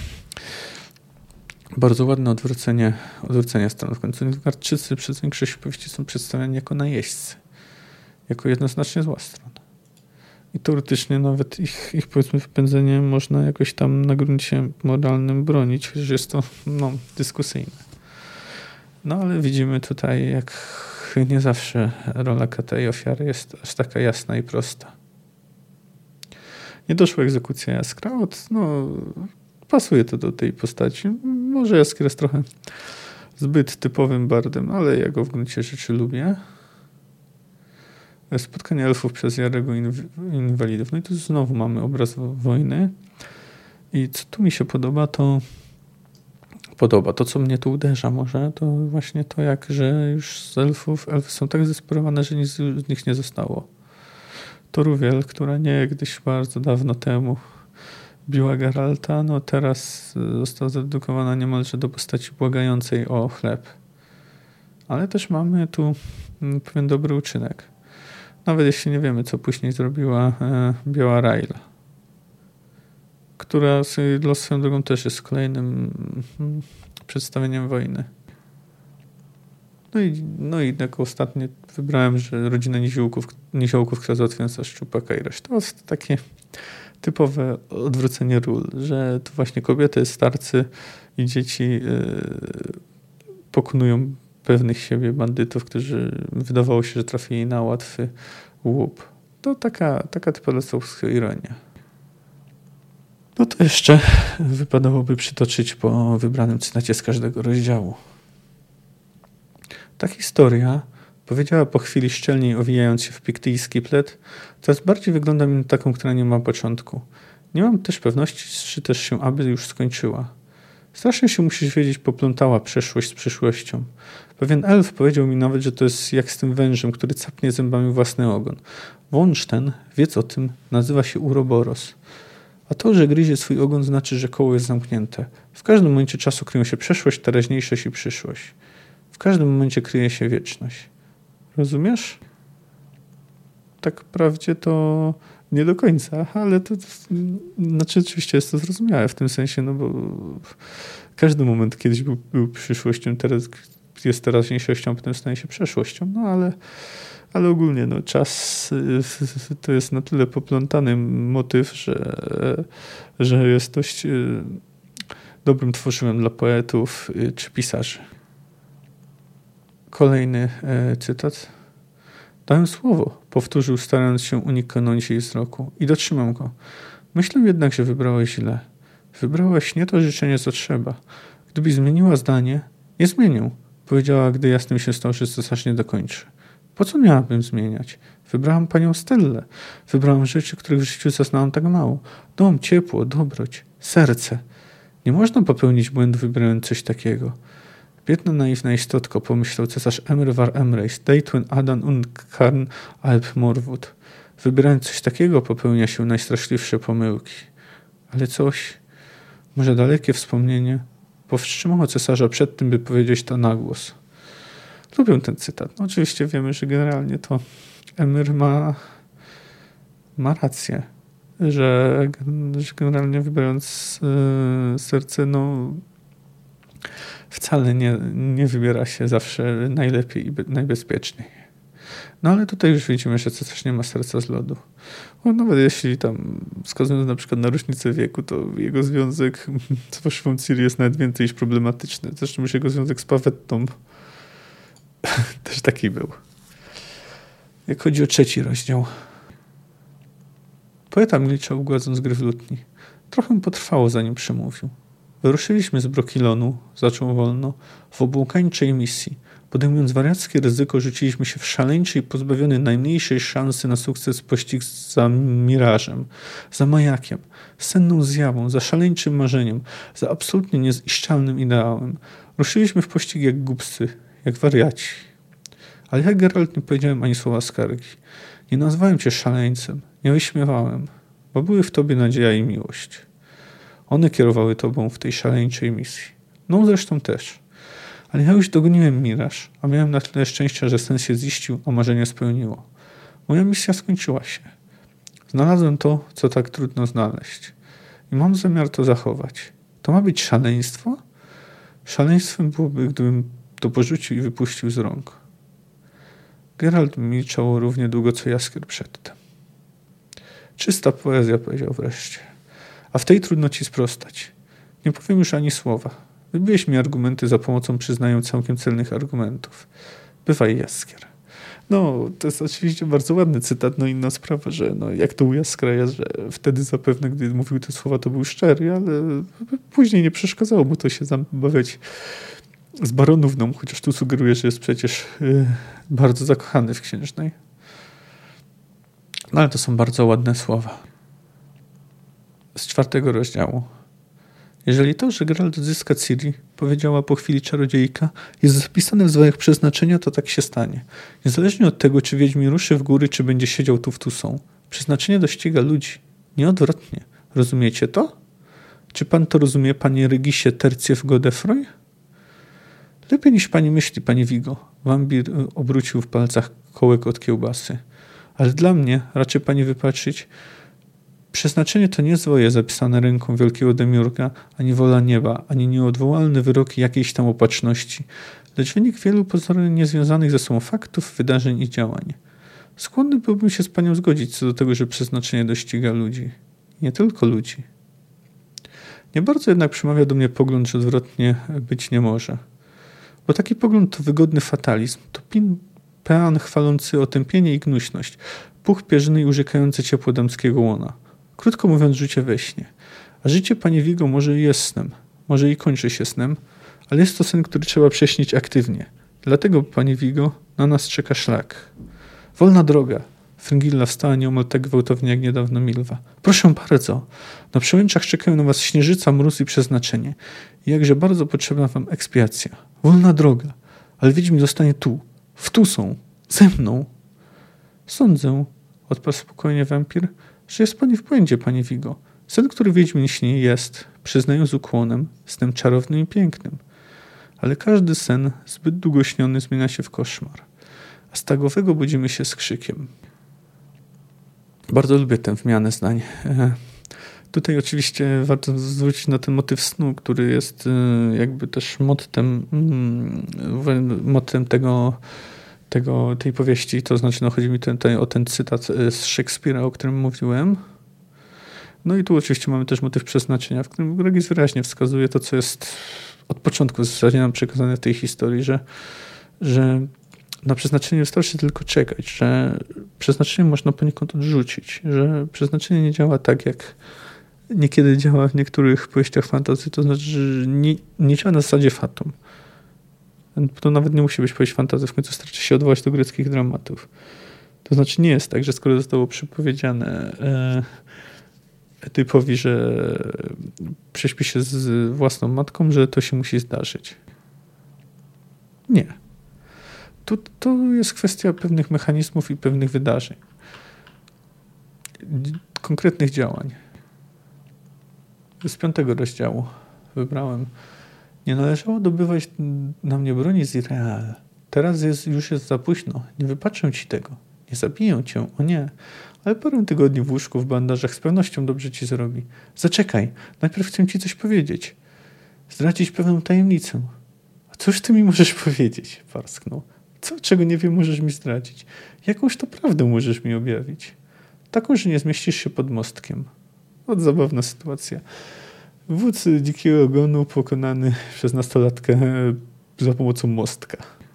bardzo ładne odwrócenie stron. W końcu Nilfgaardczycy przez większość powieści są przedstawiani jako najeźdźcy, jako jednoznacznie zła strona. I teoretycznie nawet ich powiedzmy wypędzenie można jakoś tam na gruncie moralnym bronić, chociaż jest to dyskusyjne. No ale widzimy tutaj, jak nie zawsze rola kata i ofiary jest aż taka jasna i prosta. Nie doszła egzekucja Jaskra, pasuje to do tej postaci. Może Jaskier jest trochę zbyt typowym bardem, ale ja go w gruncie rzeczy lubię. Spotkanie elfów przez Jarego Inwalidów. No i tu znowu mamy obraz wojny. I co tu mi się podoba, to co mnie tu uderza może, to właśnie to, że już z elfy są tak zdesperowane, że nic z nich nie zostało. Toruwiel, która niegdyś bardzo dawno temu biła Geralta, no teraz została zredukowana niemalże do postaci błagającej o chleb. Ale też mamy tu pewien dobry uczynek. Nawet jeśli nie wiemy, co później zrobiła Biała Rail, która los swoją drogą też jest kolejnym przedstawieniem wojny. No i jako ostatnie wybrałem, że rodzina niziołków, która załatwiająca szczupaka i resztę. To jest takie typowe odwrócenie ról, że to właśnie kobiety, starcy i dzieci pokonują pewnych siebie bandytów, którzy wydawało się, że trafili na łatwy łup. To taka typowa ironia. No to jeszcze wypadałoby przytoczyć po wybranym cytacie z każdego rozdziału. Ta historia powiedziała po chwili szczelniej, owijając się w piktyjski plet, coraz bardziej wygląda mi na taką, która nie ma początku. Nie mam też pewności, czy też się aby już skończyła. Strasznie się musisz wiedzieć, poplątała przeszłość z przyszłością. Pewien elf powiedział mi nawet, że to jest jak z tym wężem, który capnie zębami własny ogon. Wąż ten, wiedz o tym, nazywa się Uroboros. A to, że gryzie swój ogon, znaczy, że koło jest zamknięte. W każdym momencie czasu kryją się przeszłość, teraźniejszość i przyszłość. W każdym momencie kryje się wieczność. Rozumiesz? Tak wprawdzie to nie do końca, ale to znaczy oczywiście jest to zrozumiałe w tym sensie, no bo każdy moment kiedyś był przyszłością, teraz jest teraźniejszością, potem stanie się przeszłością, no ale ogólnie no, czas to jest na tyle poplątany motyw, że jest dość dobrym tworzywem dla poetów czy pisarzy. Kolejny cytat. Dałem słowo, powtórzył, starając się uniknąć jej wzroku. I dotrzymam go. Myślę jednak, że wybrałeś źle. Wybrałaś nie to życzenie, co trzeba. Gdybyś zmieniła zdanie, nie zmienię, powiedziała, gdy jasnym się stało, że cesarz nie dokończy. Po co miałabym zmieniać? Wybrałam panią Stellę. Wybrałam rzeczy, których w życiu zaznałam tak mało. Dom, ciepło, dobroć, serce. Nie można popełnić błędu, wybierając coś takiego. Biedna, naiwna istotko, pomyślał cesarz Emr war Emreis, Deitwen Adan und Karn Alp Morwud. Wybierając coś takiego, popełnia się najstraszliwsze pomyłki. Ale coś, może dalekie wspomnienie, powstrzymało cesarza przed tym, by powiedzieć to na głos. Lubię ten cytat. No, oczywiście wiemy, że generalnie to Emir ma rację, że generalnie wybierając serce, no wcale nie wybiera się zawsze najlepiej i najbezpieczniej. No ale tutaj już widzimy, że cesarz nie ma serca z lodu. No, nawet jeśli tam wskazując na przykład na różnicę wieku, to jego związek z fałszywą Ciri jest nawet więcej niż problematyczny. Zresztą już jego związek z Pawettą też taki był. Jak chodzi o 3 rozdział. Poeta milczał, gładząc gry w lutni. Trochę potrwało, zanim przemówił. Wyruszyliśmy z Brokilonu, zaczął wolno, w obłąkańczej misji. Podejmując wariackie ryzyko, rzuciliśmy się w szaleńczy i pozbawiony najmniejszej szansy na sukces pościg za mirażem, za majakiem, senną zjawą, za szaleńczym marzeniem, za absolutnie nieziszczalnym ideałem. Ruszyliśmy w pościg jak głupcy, jak wariaci. Ale ja, Geralt, nie powiedziałem ani słowa skargi. Nie nazwałem cię szaleńcem, nie wyśmiewałem, bo były w tobie nadzieja i miłość. One kierowały tobą w tej szaleńczej misji. No zresztą też. Ale ja już dogoniłem miraż, a miałem na tyle szczęścia, że sen się ziścił, a marzenie spełniło. Moja misja skończyła się. Znalazłem to, co tak trudno znaleźć. I mam zamiar to zachować. To ma być szaleństwo? Szaleństwem byłoby, gdybym to porzucił i wypuścił z rąk. Geralt milczał równie długo, co Jaskier przedtem. Czysta poezja, powiedział wreszcie. A w tej trudno ci sprostać. Nie powiem już ani słowa. Wybiłeś mi argumenty za pomocą, przyznaję, całkiem celnych argumentów. Bywaj, Jaskier. No, to jest oczywiście bardzo ładny cytat. No inna sprawa, że no, jak to u Jaskra jest, że wtedy zapewne, gdy mówił te słowa, to był szczery, ale później nie przeszkadzało mu to się zabawiać z baronówną, chociaż tu sugeruje, że jest przecież bardzo zakochany w księżnej. No ale to są bardzo ładne słowa. Z 4 rozdziału. Jeżeli to, że Geralt odzyska Ciri, powiedziała po chwili czarodziejka, jest zapisane w zwojach przeznaczenia, to tak się stanie. Niezależnie od tego, czy Wiedźmin ruszy w góry, czy będzie siedział tu w Tusą. Przeznaczenie dościga ludzi. Nie odwrotnie. Rozumiecie to? Czy pan to rozumie, panie Rygisie Terciew Godefroy? Lepiej niż pani myśli, panie Vigo. Wampir obrócił w palcach kołek od kiełbasy. Ale dla mnie, raczej pani wypatrzyć, przeznaczenie to nie zwoje zapisane ręką wielkiego demiurga, ani wola nieba, ani nieodwołalne wyroki jakiejś tam opatrzności, lecz wynik wielu pozornie niezwiązanych ze sobą faktów, wydarzeń i działań. Skłonny byłbym się z panią zgodzić co do tego, że przeznaczenie dościga ludzi. Nie tylko ludzi. Nie bardzo jednak przemawia do mnie pogląd, że odwrotnie być nie może. Bo taki pogląd to wygodny fatalizm, to pean chwalący otępienie i gnuśność, puch pierzyny i urzekające ciepło damskiego łona. Krótko mówiąc, życie we śnie. A życie, panie Vigo, może i jest snem, może i kończy się snem, ale jest to sen, który trzeba prześnić aktywnie. Dlatego, panie Vigo, na nas czeka szlak. Wolna droga, Fringilla wstała nieomal tak gwałtownie jak niedawno Milwa. Proszę bardzo, na przełęczach czekają na was śnieżyca, mróz i przeznaczenie. I jakże bardzo potrzebna wam ekspiacja. Wolna droga, ale Wiedźmin zostanie tu, w Tusą, ze mną. Sądzę, odparł spokojnie wampir, że jest pani w błędzie, panie Vigo. Sen, który Wiedźmin śni, jest, przyznaję z ukłonem, snem czarownym i pięknym. Ale każdy sen zbyt długo śniony zmienia się w koszmar. A z tagowego budzimy się z krzykiem. Bardzo lubię tę wymianę zdań. Tutaj oczywiście warto zwrócić na ten motyw snu, który jest jakby też mottem tej powieści. To znaczy, chodzi mi tutaj o ten cytat z Szekspira, o którym mówiłem. No i tu oczywiście mamy też motyw przeznaczenia, w którym Regis wyraźnie wskazuje to, co jest od początku w zasadzie nam przekazane w tej historii, że na przeznaczenie wystarczy tylko czekać, że przeznaczenie można poniekąd odrzucić, że przeznaczenie nie działa tak, jak niekiedy działa w niektórych powieściach fantasy, to znaczy, że nie działa na zasadzie fatum. To nawet nie musi być powieść fantasy, w końcu starczy się odwołać do greckich dramatów. To znaczy nie jest tak, że skoro zostało przypowiedziane Edypowi, że prześpi się z własną matką, że to się musi zdarzyć. Nie. To jest kwestia pewnych mechanizmów i pewnych wydarzeń. Konkretnych działań. Z 5 rozdziału wybrałem. Nie należało dobywać na mnie broni z Ireal. Teraz już jest za późno. Nie wypatrzę ci tego. Nie zabiję cię. O nie. Ale parę tygodni w łóżku w bandażach z pewnością dobrze ci zrobi. Zaczekaj. Najpierw chcę ci coś powiedzieć. Zdradzić pewną tajemnicę. A cóż ty mi możesz powiedzieć? Parsknął. Co, czego nie wiem, możesz mi zdradzić? Jakąś to prawdę możesz mi objawić? Taką, że nie zmieścisz się pod mostkiem. Zabawna sytuacja. Wódz dzikiego ogonu pokonany przez nastolatkę za pomocą mostka.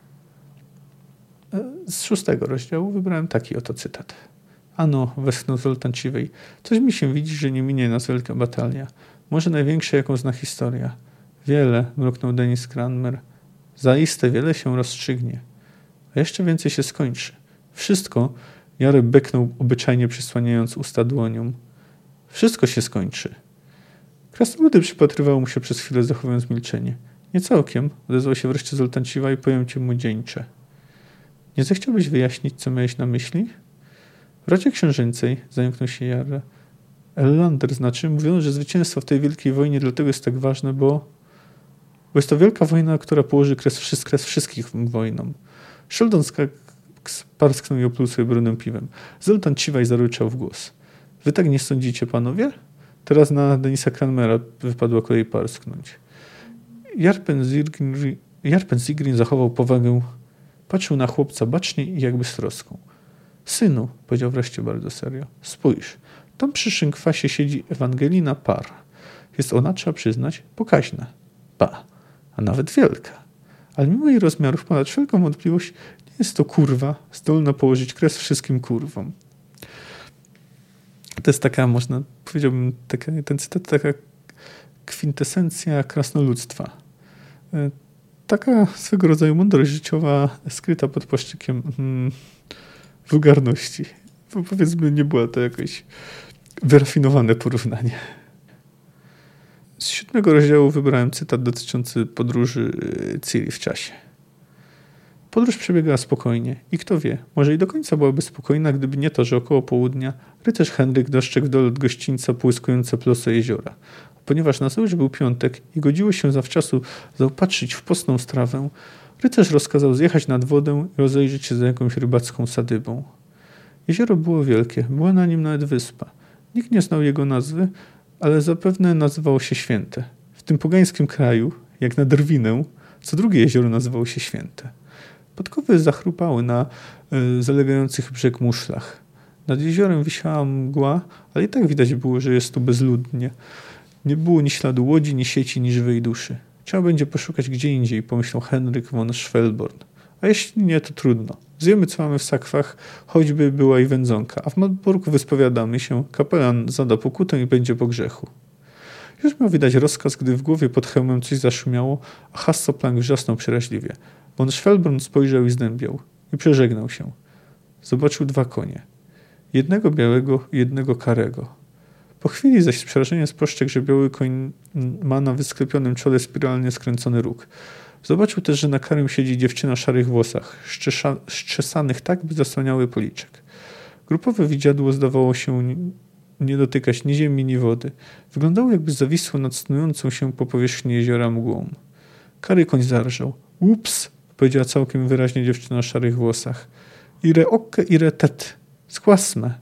Z 6 rozdziału wybrałem taki oto cytat. Ano, westchnął Zoltan Ciwej. Coś mi się widzi, że nie minie nas wielka batalia. Może największa, jaką zna historia. Wiele, mruknął Denis Cranmer. Zaiste wiele się rozstrzygnie. A jeszcze więcej się skończy. Wszystko, Jareb beknął obyczajnie przysłaniając usta dłonią. Wszystko się skończy. Krasnoludy przypatrywało mu się przez chwilę, zachowując milczenie. Nie całkiem, odezwał się wreszcie Zoltan Ciwa i pojęcie młodzieńcze. Nie zechciałbyś wyjaśnić, co miałeś na myśli? W Radzie Książęcej zająknął się Jarre. Ellander znaczy, mówiono, że zwycięstwo w tej wielkiej wojnie dlatego jest tak ważne, bo jest to wielka wojna, która położy kres wszystkim wojnom. Sheldon parsknął i opluł sobie brudnym piwem. Zoltan Ciwaj zaryczał w głos. Wy tak nie sądzicie, panowie? Teraz na Denisa Cranmera wypadło kolei parsknąć. Jarpen Zigrin zachował powagę. Patrzył na chłopca bacznie i jakby z troską. Synu, powiedział wreszcie bardzo serio, spójrz, tam przy szynkwasie siedzi Ewangelina Parr. Jest ona, trzeba przyznać, pokaźna. A nawet wielka. Ale mimo jej rozmiarów ponad wszelką wątpliwość nie jest to kurwa zdolna położyć kres wszystkim kurwom. To jest taka, powiedziałbym, ten cytat, taka kwintesencja krasnoludztwa. Taka swego rodzaju mądrość życiowa skryta pod płaszczykiem wulgarności. Bo powiedzmy, nie było to jakieś wyrafinowane porównanie. Z 7 rozdziału wybrałem cytat dotyczący podróży Ciri w czasie. Podróż przebiegała spokojnie i kto wie, może i do końca byłaby spokojna, gdyby nie to, że około południa rycerz Henryk dostrzegł w dole od gościńca połyskujące plosy jeziora. Ponieważ na już był piątek i godziło się zawczasu zaopatrzyć w postną strawę, rycerz rozkazał zjechać nad wodę i rozejrzeć się za jakąś rybacką sadybą. Jezioro było wielkie, była na nim nawet wyspa. Nikt nie znał jego nazwy, ale zapewne nazywało się Święte. W tym pogańskim kraju, jak na Drwinę, co drugie jezioro nazywało się Święte. Podkowy zachrupały na zalegających brzeg muszlach. Nad jeziorem wisiała mgła, ale i tak widać było, że jest tu bezludnie. Nie było ni śladu łodzi, ni sieci, ni żywej duszy. Trzeba będzie poszukać gdzie indziej, pomyślał Henryk von Schwelborn. A jeśli nie, to trudno. Zjemy, co mamy w sakwach, choćby była i wędzonka, a w Malborku wyspowiadamy się, kapelan zada pokutę i będzie po grzechu. Już miał wydać rozkaz, gdy w głowie pod hełmem coś zaszumiało, a Hassoplank wrzasnął przeraźliwie. Von Schwelborn spojrzał i zdębiał. I przeżegnał się. Zobaczył 2 konie. Jednego białego, jednego karego. Po chwili zaś z przerażeniem spostrzegł, że biały koń ma na wysklepionym czole spiralnie skręcony róg. Zobaczył też, że na karym siedzi dziewczyna o szarych włosach, zczesanych tak, by zasłaniały policzek. Grupowe widziadło zdawało się nie dotykać ni ziemi, ni wody. Wyglądało, jakby zawisło nad snującą się po powierzchni jeziora mgłą. Kary koń zarżał. Ups, powiedziała całkiem wyraźnie dziewczyna o szarych włosach. Ire okke, ire tet. Skłasme.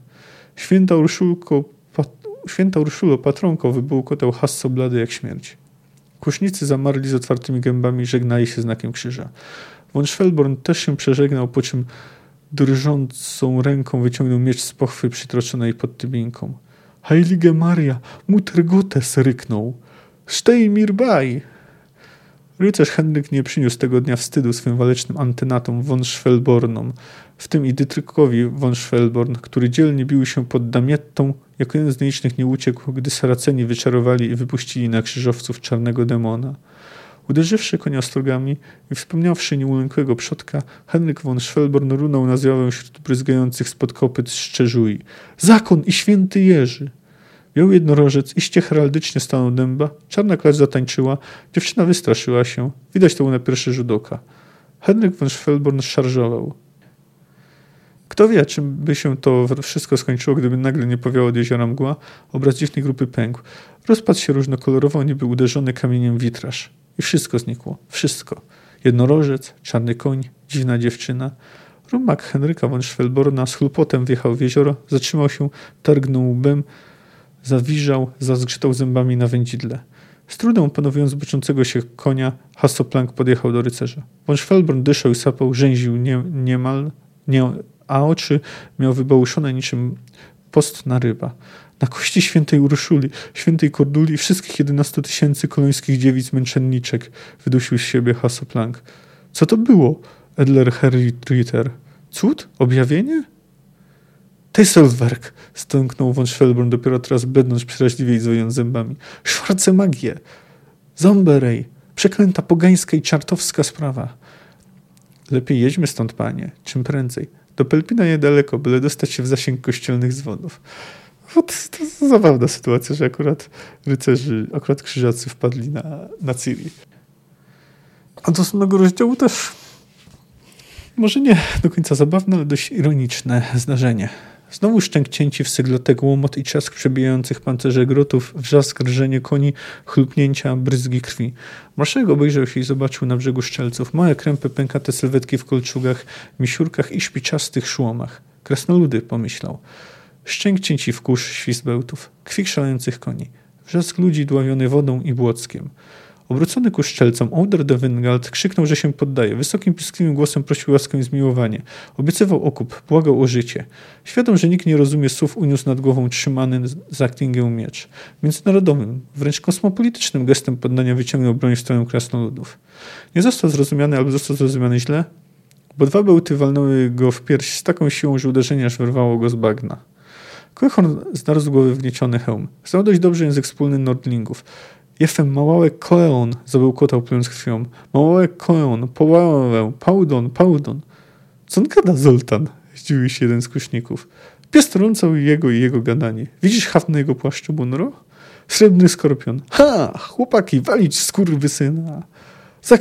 Święta Urszulo, patronko, wybułkotał Hasso blady jak śmierć. Kusznicy zamarli z otwartymi gębami, żegnali się znakiem krzyża. Von Schwelborn też się przeżegnał, po czym drżącą ręką wyciągnął miecz z pochwy przytroczonej pod tybinką. Heilige Maria, Mutter Gottes, ryknął. Stej mir bei! Rycerz Henryk nie przyniósł tego dnia wstydu swym walecznym antenatom von Schwelbornom, w tym i Dytrykowi von Schwelborn, który dzielnie bił się pod Damiettą, jako jeden z nielicznych nie uciekł, gdy Saraceni wyczarowali i wypuścili na krzyżowców czarnego demona. Uderzywszy konia ostrogami i wspomniawszy nieulękłego przodka, Henryk von Schwelborn runął na zjawę wśród bryzgających spod kopyt szczerzui. Zakon i święty Jerzy! Biały jednorożec iście heraldycznie stanął dęba, czarna klacz zatańczyła, dziewczyna wystraszyła się. Widać to było na pierwszy rzut oka. Henryk von Schwelborn szarżował. Kto wie, czym by się to wszystko skończyło, gdyby nagle nie powiało od jeziora mgła, obraz dziwnej grupy pękł. Rozpadł się różnokolorowo, niby uderzony kamieniem witraż. I wszystko znikło. Wszystko. Jednorożec, czarny koń, dziwna dziewczyna. Rumak Henryka von Schwelborna z chlupotem wjechał w jezioro, zatrzymał się, targnął łbem, zawiżał, zazgrzytał zębami na wędzidle. Z trudem opanując boczącego się konia, Hassoplank podjechał do rycerza. Von Schwelborn dyszał i sapał, rzęził a oczy miał wybałuszone niczym postna ryba. Na kości świętej Urszuli, świętej Korduli i wszystkich 11 000 kolońskich dziewic męczenniczek, wydusił z siebie Hassoplank. Co to było, Edler Herritter? Cud? Objawienie? Tesselwerk! Stąknął von Schwelborn, dopiero teraz blednąc przeraźliwie i zwojąc zębami. Szwarce magie! Zomberej! Przeklęta pogańska i czartowska sprawa. Lepiej jedźmy stąd, panie. Czym prędzej. Do Pelpina niedaleko, byle dostać się w zasięg kościelnych dzwonów. To zabawna sytuacja, że akurat rycerzy, akurat krzyżacy wpadli na Ciri. A do samego rozdziału też może nie do końca zabawne, ale dość ironiczne zdarzenie. Znowu szczęk cięci w syglotek, łomot i trzask przebijających pancerze grotów, wrzask, rżenie koni, chlupnięcia, bryzgi krwi. Marszałek obejrzał się i zobaczył na brzegu Szczelców małe krępy pękate sylwetki w kolczugach, misiurkach i szpiczastych szłomach. Krasnoludy, pomyślał. Szczęk cięci w kurz, świst bełtów, kwik szalejących koni, wrzask ludzi dławiony wodą i błockiem. Obrócony ku Szczelcom, Oder de Wingald krzyknął, że się poddaje. Wysokim, piskliwym głosem prosił łaskę i zmiłowanie. Obiecywał okup, błagał o życie. Świadom, że nikt nie rozumie słów, uniósł nad głową trzymany za klingę miecz. Międzynarodowym, wręcz kosmopolitycznym gestem poddania wyciągnął broń w stronę krasnoludów. Nie został zrozumiany albo został zrozumiany źle, bo dwa bełty walnęły go w pierś z taką siłą, że uderzenie aż wyrwało go z bagna. Koechorn zdarł z głowy wgnieciony hełm. Znał dość dobrze język wspólny Nordlingów. Jefem małałek koeon, zabełkotał plując krwią. Małałek koeon, połałę, pałdon. Co on gada, Zoltan? Zdziwił się jeden z kuszników. Pies trącał i jego gadanie. Widzisz haft na jego płaszczu, Bunro? Srebrny skorpion. Ha! Chłopaki, walić skurwysyna! Za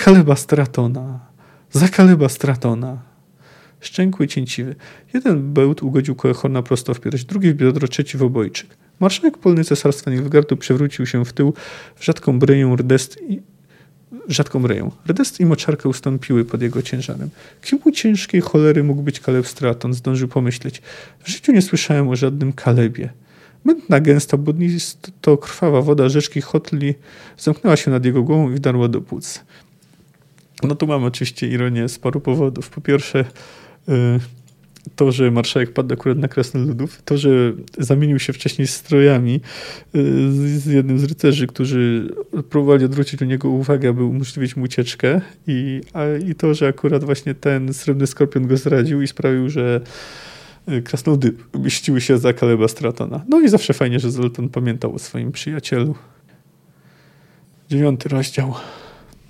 Kaleba Stratona! Szczękły, cięciwy. Jeden bełt ugodził Koechorna prosto w pierś, drugi w biodro, trzeci w obojczyk. Marszałek polny cesarstwa Nilfgaardu przewrócił się w tył w rzadką breję. Redest i moczarkę ustąpiły pod jego ciężarem. Kim u ciężkiej cholery mógł być Kaleb Straton? Zdążył pomyśleć. W życiu nie słyszałem o żadnym Kalebie. Mętna, gęsta, to krwawa woda rzeczki Hotli zamknęła się nad jego głową i wdarła do płuc. No tu mamy oczywiście ironię z paru powodów. Po pierwsze, to, że marszałek padł akurat na krasnoludów, to, że zamienił się wcześniej strojami z jednym z rycerzy, którzy próbowali odwrócić u niego uwagę, aby umożliwić mu ucieczkę i to, że akurat właśnie ten srebrny skorpion go zradził i sprawił, że krasnoludy mieściły się za Kaleba Stratona. No i zawsze fajnie, że Zoltan pamiętał o swoim przyjacielu. 9 rozdział.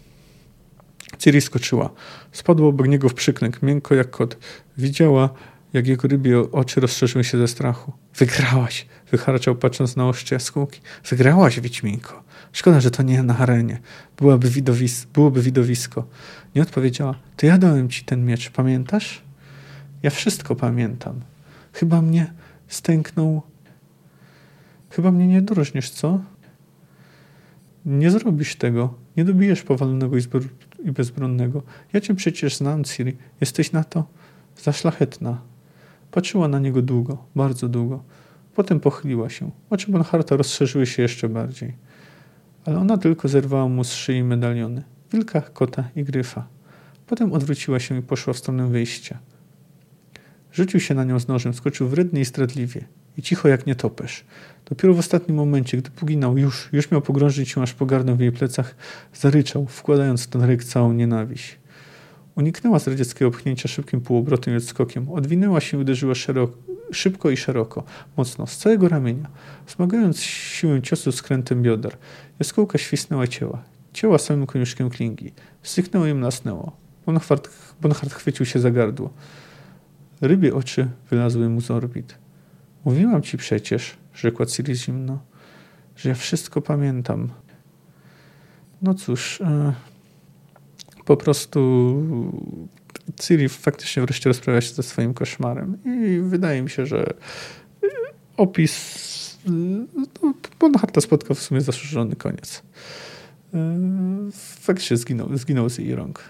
Ciri skoczyła. Spadła obok niego w przyklęk, miękko jak kot. Widziała, jak jego rybie oczy rozszerzyły się ze strachu. Wygrałaś! Wycharczał, patrząc na ostrze jaskółki. Wygrałaś, Wiedźminko! Szkoda, że to nie na arenie. Byłoby widowisko. Nie odpowiedziała. To ja dałem ci ten miecz, pamiętasz? Ja wszystko pamiętam. Chyba mnie stęknął. Chyba mnie nie drożniesz, co? Nie zrobisz tego. Nie dobijesz powalonego i bezbronnego. Ja cię przecież znam, Ciri. Jesteś na to za szlachetna. Patrzyła na niego długo, bardzo długo. Potem pochyliła się. Oczy Bonharta rozszerzyły się jeszcze bardziej. Ale ona tylko zerwała mu z szyi medaliony. Wilka, kota i gryfa. Potem odwróciła się i poszła w stronę wyjścia. Rzucił się na nią z nożem, skoczył wrednie i zdradliwie. I cicho jak nietoperz. Dopiero w ostatnim momencie, gdy poginał, już miał pogrążyć się aż po gardło w jej plecach, zaryczał, wkładając w ten ryk całą nienawiść. Uniknęła z radzieckiego pchnięcia szybkim półobrotem i odskokiem. Odwinęła się i uderzyła szybko i szeroko, mocno, z całego ramienia, wzmagając siłę ciosu skrętem bioder. Jaskółka świsnęła cięła samym koniuszkiem klingi. Styknęło i mlasnęło. Bonhart chwycił się za gardło. Rybie oczy wylazły mu z orbit. Mówiłam ci przecież, rzekła Ciri zimno, że ja wszystko pamiętam. No cóż, po prostu Ciri faktycznie wreszcie rozprawia się ze swoim koszmarem i wydaje mi się, że opis Bonharta spotkał w sumie zasłużony koniec. Faktycznie zginął z jej rąk.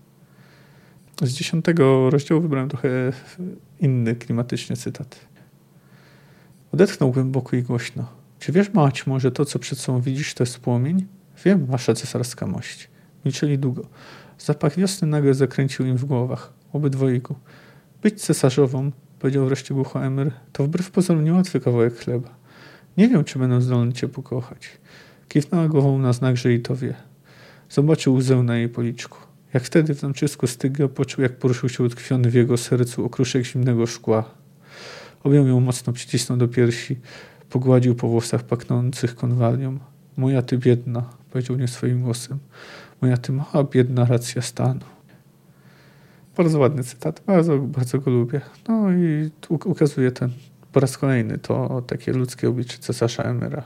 Z 10 rozdziału wybrałem trochę inny klimatycznie cytat. Odetchnął głęboko i głośno. Czy wiesz, mała ćmo, że to, co przed sobą widzisz, to jest płomień? Wiem, wasza cesarska mość. Milczeli długo. Zapach wiosny nagle zakręcił im w głowach. Obydwojgu. Być cesarzową, powiedział wreszcie głucho Emir, to wbrew pozorom niełatwy kawałek chleba. Nie wiem, czy będę zdolny cię pokochać. Kiwnęła głową na znak, że i to wie. Zobaczył łzę na jej policzku. Jak wtedy w zamczysku Stygia poczuł, jak poruszył się utkwiony w jego sercu okruszek zimnego szkła. Objął ją mocno, przycisnął do piersi, pogładził po włosach pachnących konwalią. Moja ty biedna, powiedział nie swoim głosem. Moja ty mała biedna racja stanu. Bardzo ładny cytat, bardzo go lubię. No i ukazuje ten po raz kolejny to takie ludzkie oblicze cesarza Emira.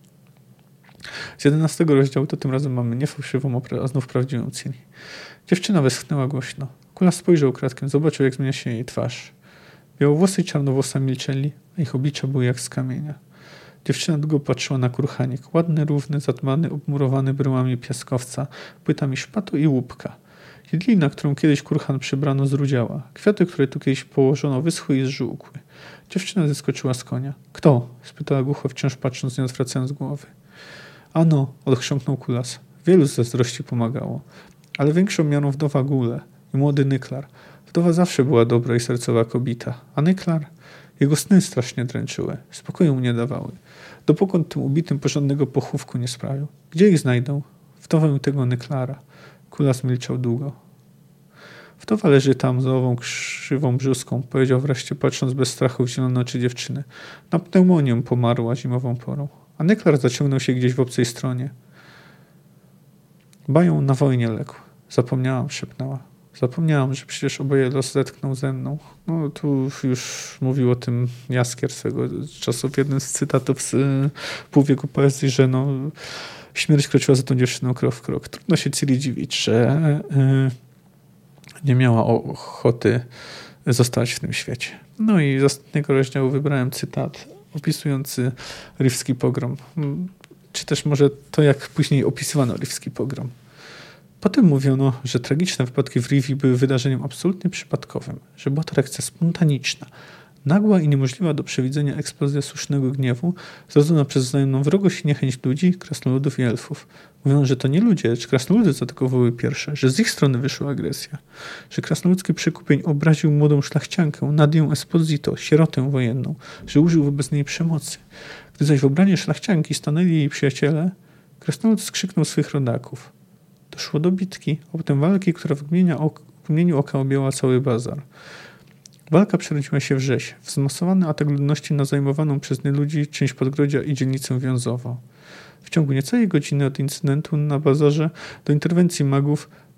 Z 11 rozdziału to tym razem mamy nie fałszywą, a znów prawdziwą Ciri. Dziewczyna westchnęła głośno. Kula spojrzał kratkiem, zobaczył, jak zmienia się jej twarz. Białowłosy i czarnowłosa milczeli, a ich oblicza były jak z kamienia. Dziewczyna długo patrzyła na kurhanik. Ładny, równy, zadbany, obmurowany bryłami piaskowca, płytami szpatu i łupka. Jedlina, którą kiedyś kurhan przybrano, zrudziała. Kwiaty, które tu kiedyś położono, wyschły i zżółkły. Dziewczyna zeskoczyła z konia. Kto? Spytała głucho, wciąż patrząc, nie odwracając głowy. Ano, odchrząknął Kulas. Wielu z zazdrości pomagało. Ale większą miarą wdowa Gule i młody Nyklar. Wdowa zawsze była dobra i sercowa kobieta. A Nyklar? Jego sny strasznie dręczyły. Spokoju mu nie dawały. Dopóki tym ubitym porządnego pochówku nie sprawił. Gdzie ich znajdą? Wdowę tego Nyklara. Kulas milczał długo. Wdowa leży tam z ową krzywą brzuską, powiedział wreszcie, patrząc bez strachu w zielone oczy dziewczyny. Na pneumonię pomarła zimową porą. A Nyklar zaciągnął się gdzieś w obcej stronie. Bają na wojnie legł. Zapomniałam, szepnęła. Zapomniałam, że przecież oboje los zetknął ze mną. No tu już mówił o tym Jaskier swego czasu w jednym z cytatów z Półwieku poezji, że no, śmierć kroczyła za tą dziewczyną krok w krok. Trudno się Ciri dziwić, że nie miała ochoty zostać w tym świecie. No i z ostatniego rozdziału wybrałem cytat opisujący Rifski pogrom. Czy też może to, jak później opisywano Rifski pogrom. Potem mówiono, że tragiczne wypadki w Rivi były wydarzeniem absolutnie przypadkowym, że była to reakcja spontaniczna, nagła i niemożliwa do przewidzenia eksplozja słusznego gniewu, zrodzona przez wzajemną wrogość i niechęć ludzi, krasnoludów i elfów. Mówiono, że to nie ludzie, lecz krasnoludy zaatakowały pierwsze, że z ich strony wyszła agresja, że krasnoludzki przykupień obraził młodą szlachciankę, Nadię Esposito, sierotę wojenną, że użył wobec niej przemocy. Gdy zaś w obranie szlachcianki stanęli jej przyjaciele, krasnolud skrzyknął swych rodaków. Doszło do bitki, a potem walki, która w mgnieniu oka objęła cały bazar. Walka przerodziła się w rzeź, w zmasowany atak ludności na zajmowaną przez nie ludzi część Podgrodzia i dzielnicę Wiązowo. W ciągu niecałej godziny od incydentu na bazarze do interwencji magów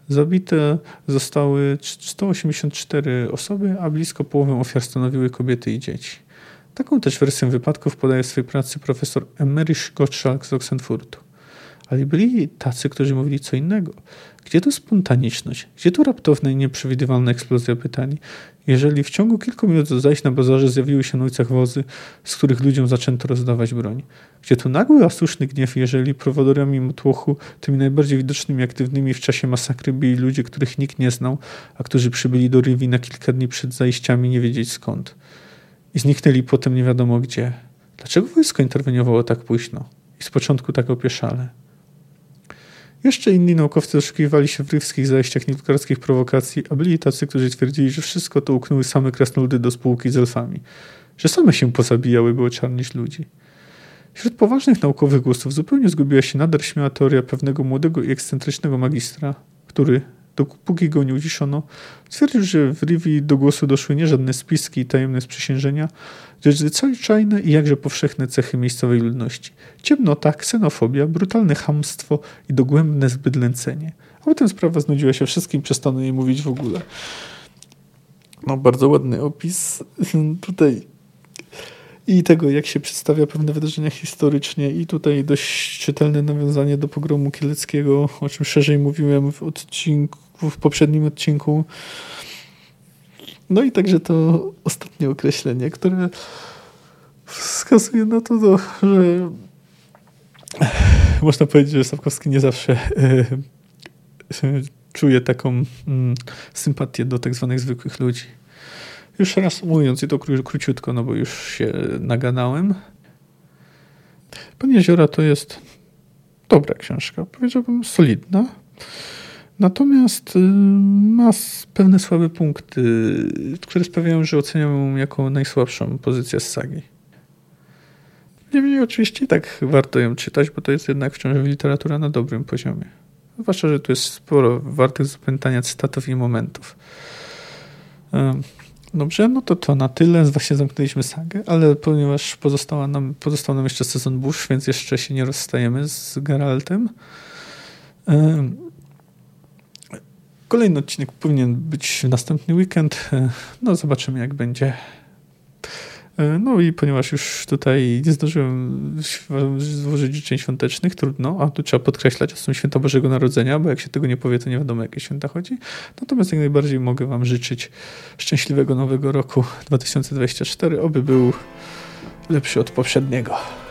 Zabite zostały 184 osoby, a blisko połowę ofiar stanowiły kobiety i dzieci. Taką też wersję wypadków podaje w swojej pracy profesor Emmerich Gottschalk z Oxenfurtu. Ale byli tacy, którzy mówili co innego. Gdzie tu spontaniczność? Gdzie tu raptowna i nieprzewidywalna eksplozja pytań? Jeżeli w ciągu kilku minut do zajść na bazarze zjawiły się na ulicach wozy, z których ludziom zaczęto rozdawać broń? Gdzie tu nagły, a słuszny gniew, jeżeli prowodorami motłochu, tymi najbardziej widocznymi, aktywnymi w czasie masakry byli ludzie, których nikt nie znał, a którzy przybyli do Rivi na kilka dni przed zajściami nie wiedzieć skąd. I zniknęli potem nie wiadomo gdzie. Dlaczego wojsko interweniowało tak późno? I z początku tak opieszale? Jeszcze inni naukowcy doszukiwali się w rywskich zajściach niewkarskich prowokacji, a byli tacy, którzy twierdzili, że wszystko to uknęły same krasnoludy do spółki z elfami. Że same się pozabijały, by oczarnić ludzi. Wśród poważnych naukowych głosów zupełnie zgubiła się nader śmiała teoria pewnego młodego i ekscentrycznego magistra, który, dopóki go nie uciszono, stwierdził, że w Rivi do głosu doszły nie żadne spiski i tajemne sprzysiężenia, lecz zwyczajne i jakże powszechne cechy miejscowej ludności. Ciemnota, ksenofobia, brutalne chamstwo i dogłębne zbydlęcenie. A potem sprawa znudziła się wszystkim, przestano jej mówić w ogóle. No, bardzo ładny opis tutaj i tego, jak się przedstawia pewne wydarzenia historycznie i tutaj dość czytelne nawiązanie do pogromu kieleckiego, o czym szerzej mówiłem w poprzednim odcinku. No i także to ostatnie określenie, które wskazuje na to, że można powiedzieć, że Sapkowski nie zawsze czuje taką sympatię do tak zwanych zwykłych ludzi. Już raz mówiąc, i to króciutko, no bo już się nagadałem. Pan Jeziora to jest dobra książka, powiedziałbym solidna. Natomiast ma pewne słabe punkty, które sprawiają, że oceniam ją jako najsłabszą pozycję z sagi. Niemniej oczywiście i tak warto ją czytać, bo to jest jednak wciąż literatura na dobrym poziomie. Zwłaszcza, że tu jest sporo wartych zapamiętania cytatów i momentów. Dobrze, no to na tyle. Właśnie zamknęliśmy sagę, ale ponieważ pozostał nam jeszcze sezon burz, więc jeszcze się nie rozstajemy z Geraltem. Kolejny odcinek powinien być w następny weekend. No zobaczymy, jak będzie. No i ponieważ już tutaj nie zdążyłem złożyć życzeń świątecznych, trudno, a tu trzeba podkreślać, że są święta Bożego Narodzenia, bo jak się tego nie powie, to nie wiadomo, jakie święta chodzi. Natomiast jak najbardziej mogę wam życzyć szczęśliwego nowego roku 2024, oby był lepszy od poprzedniego.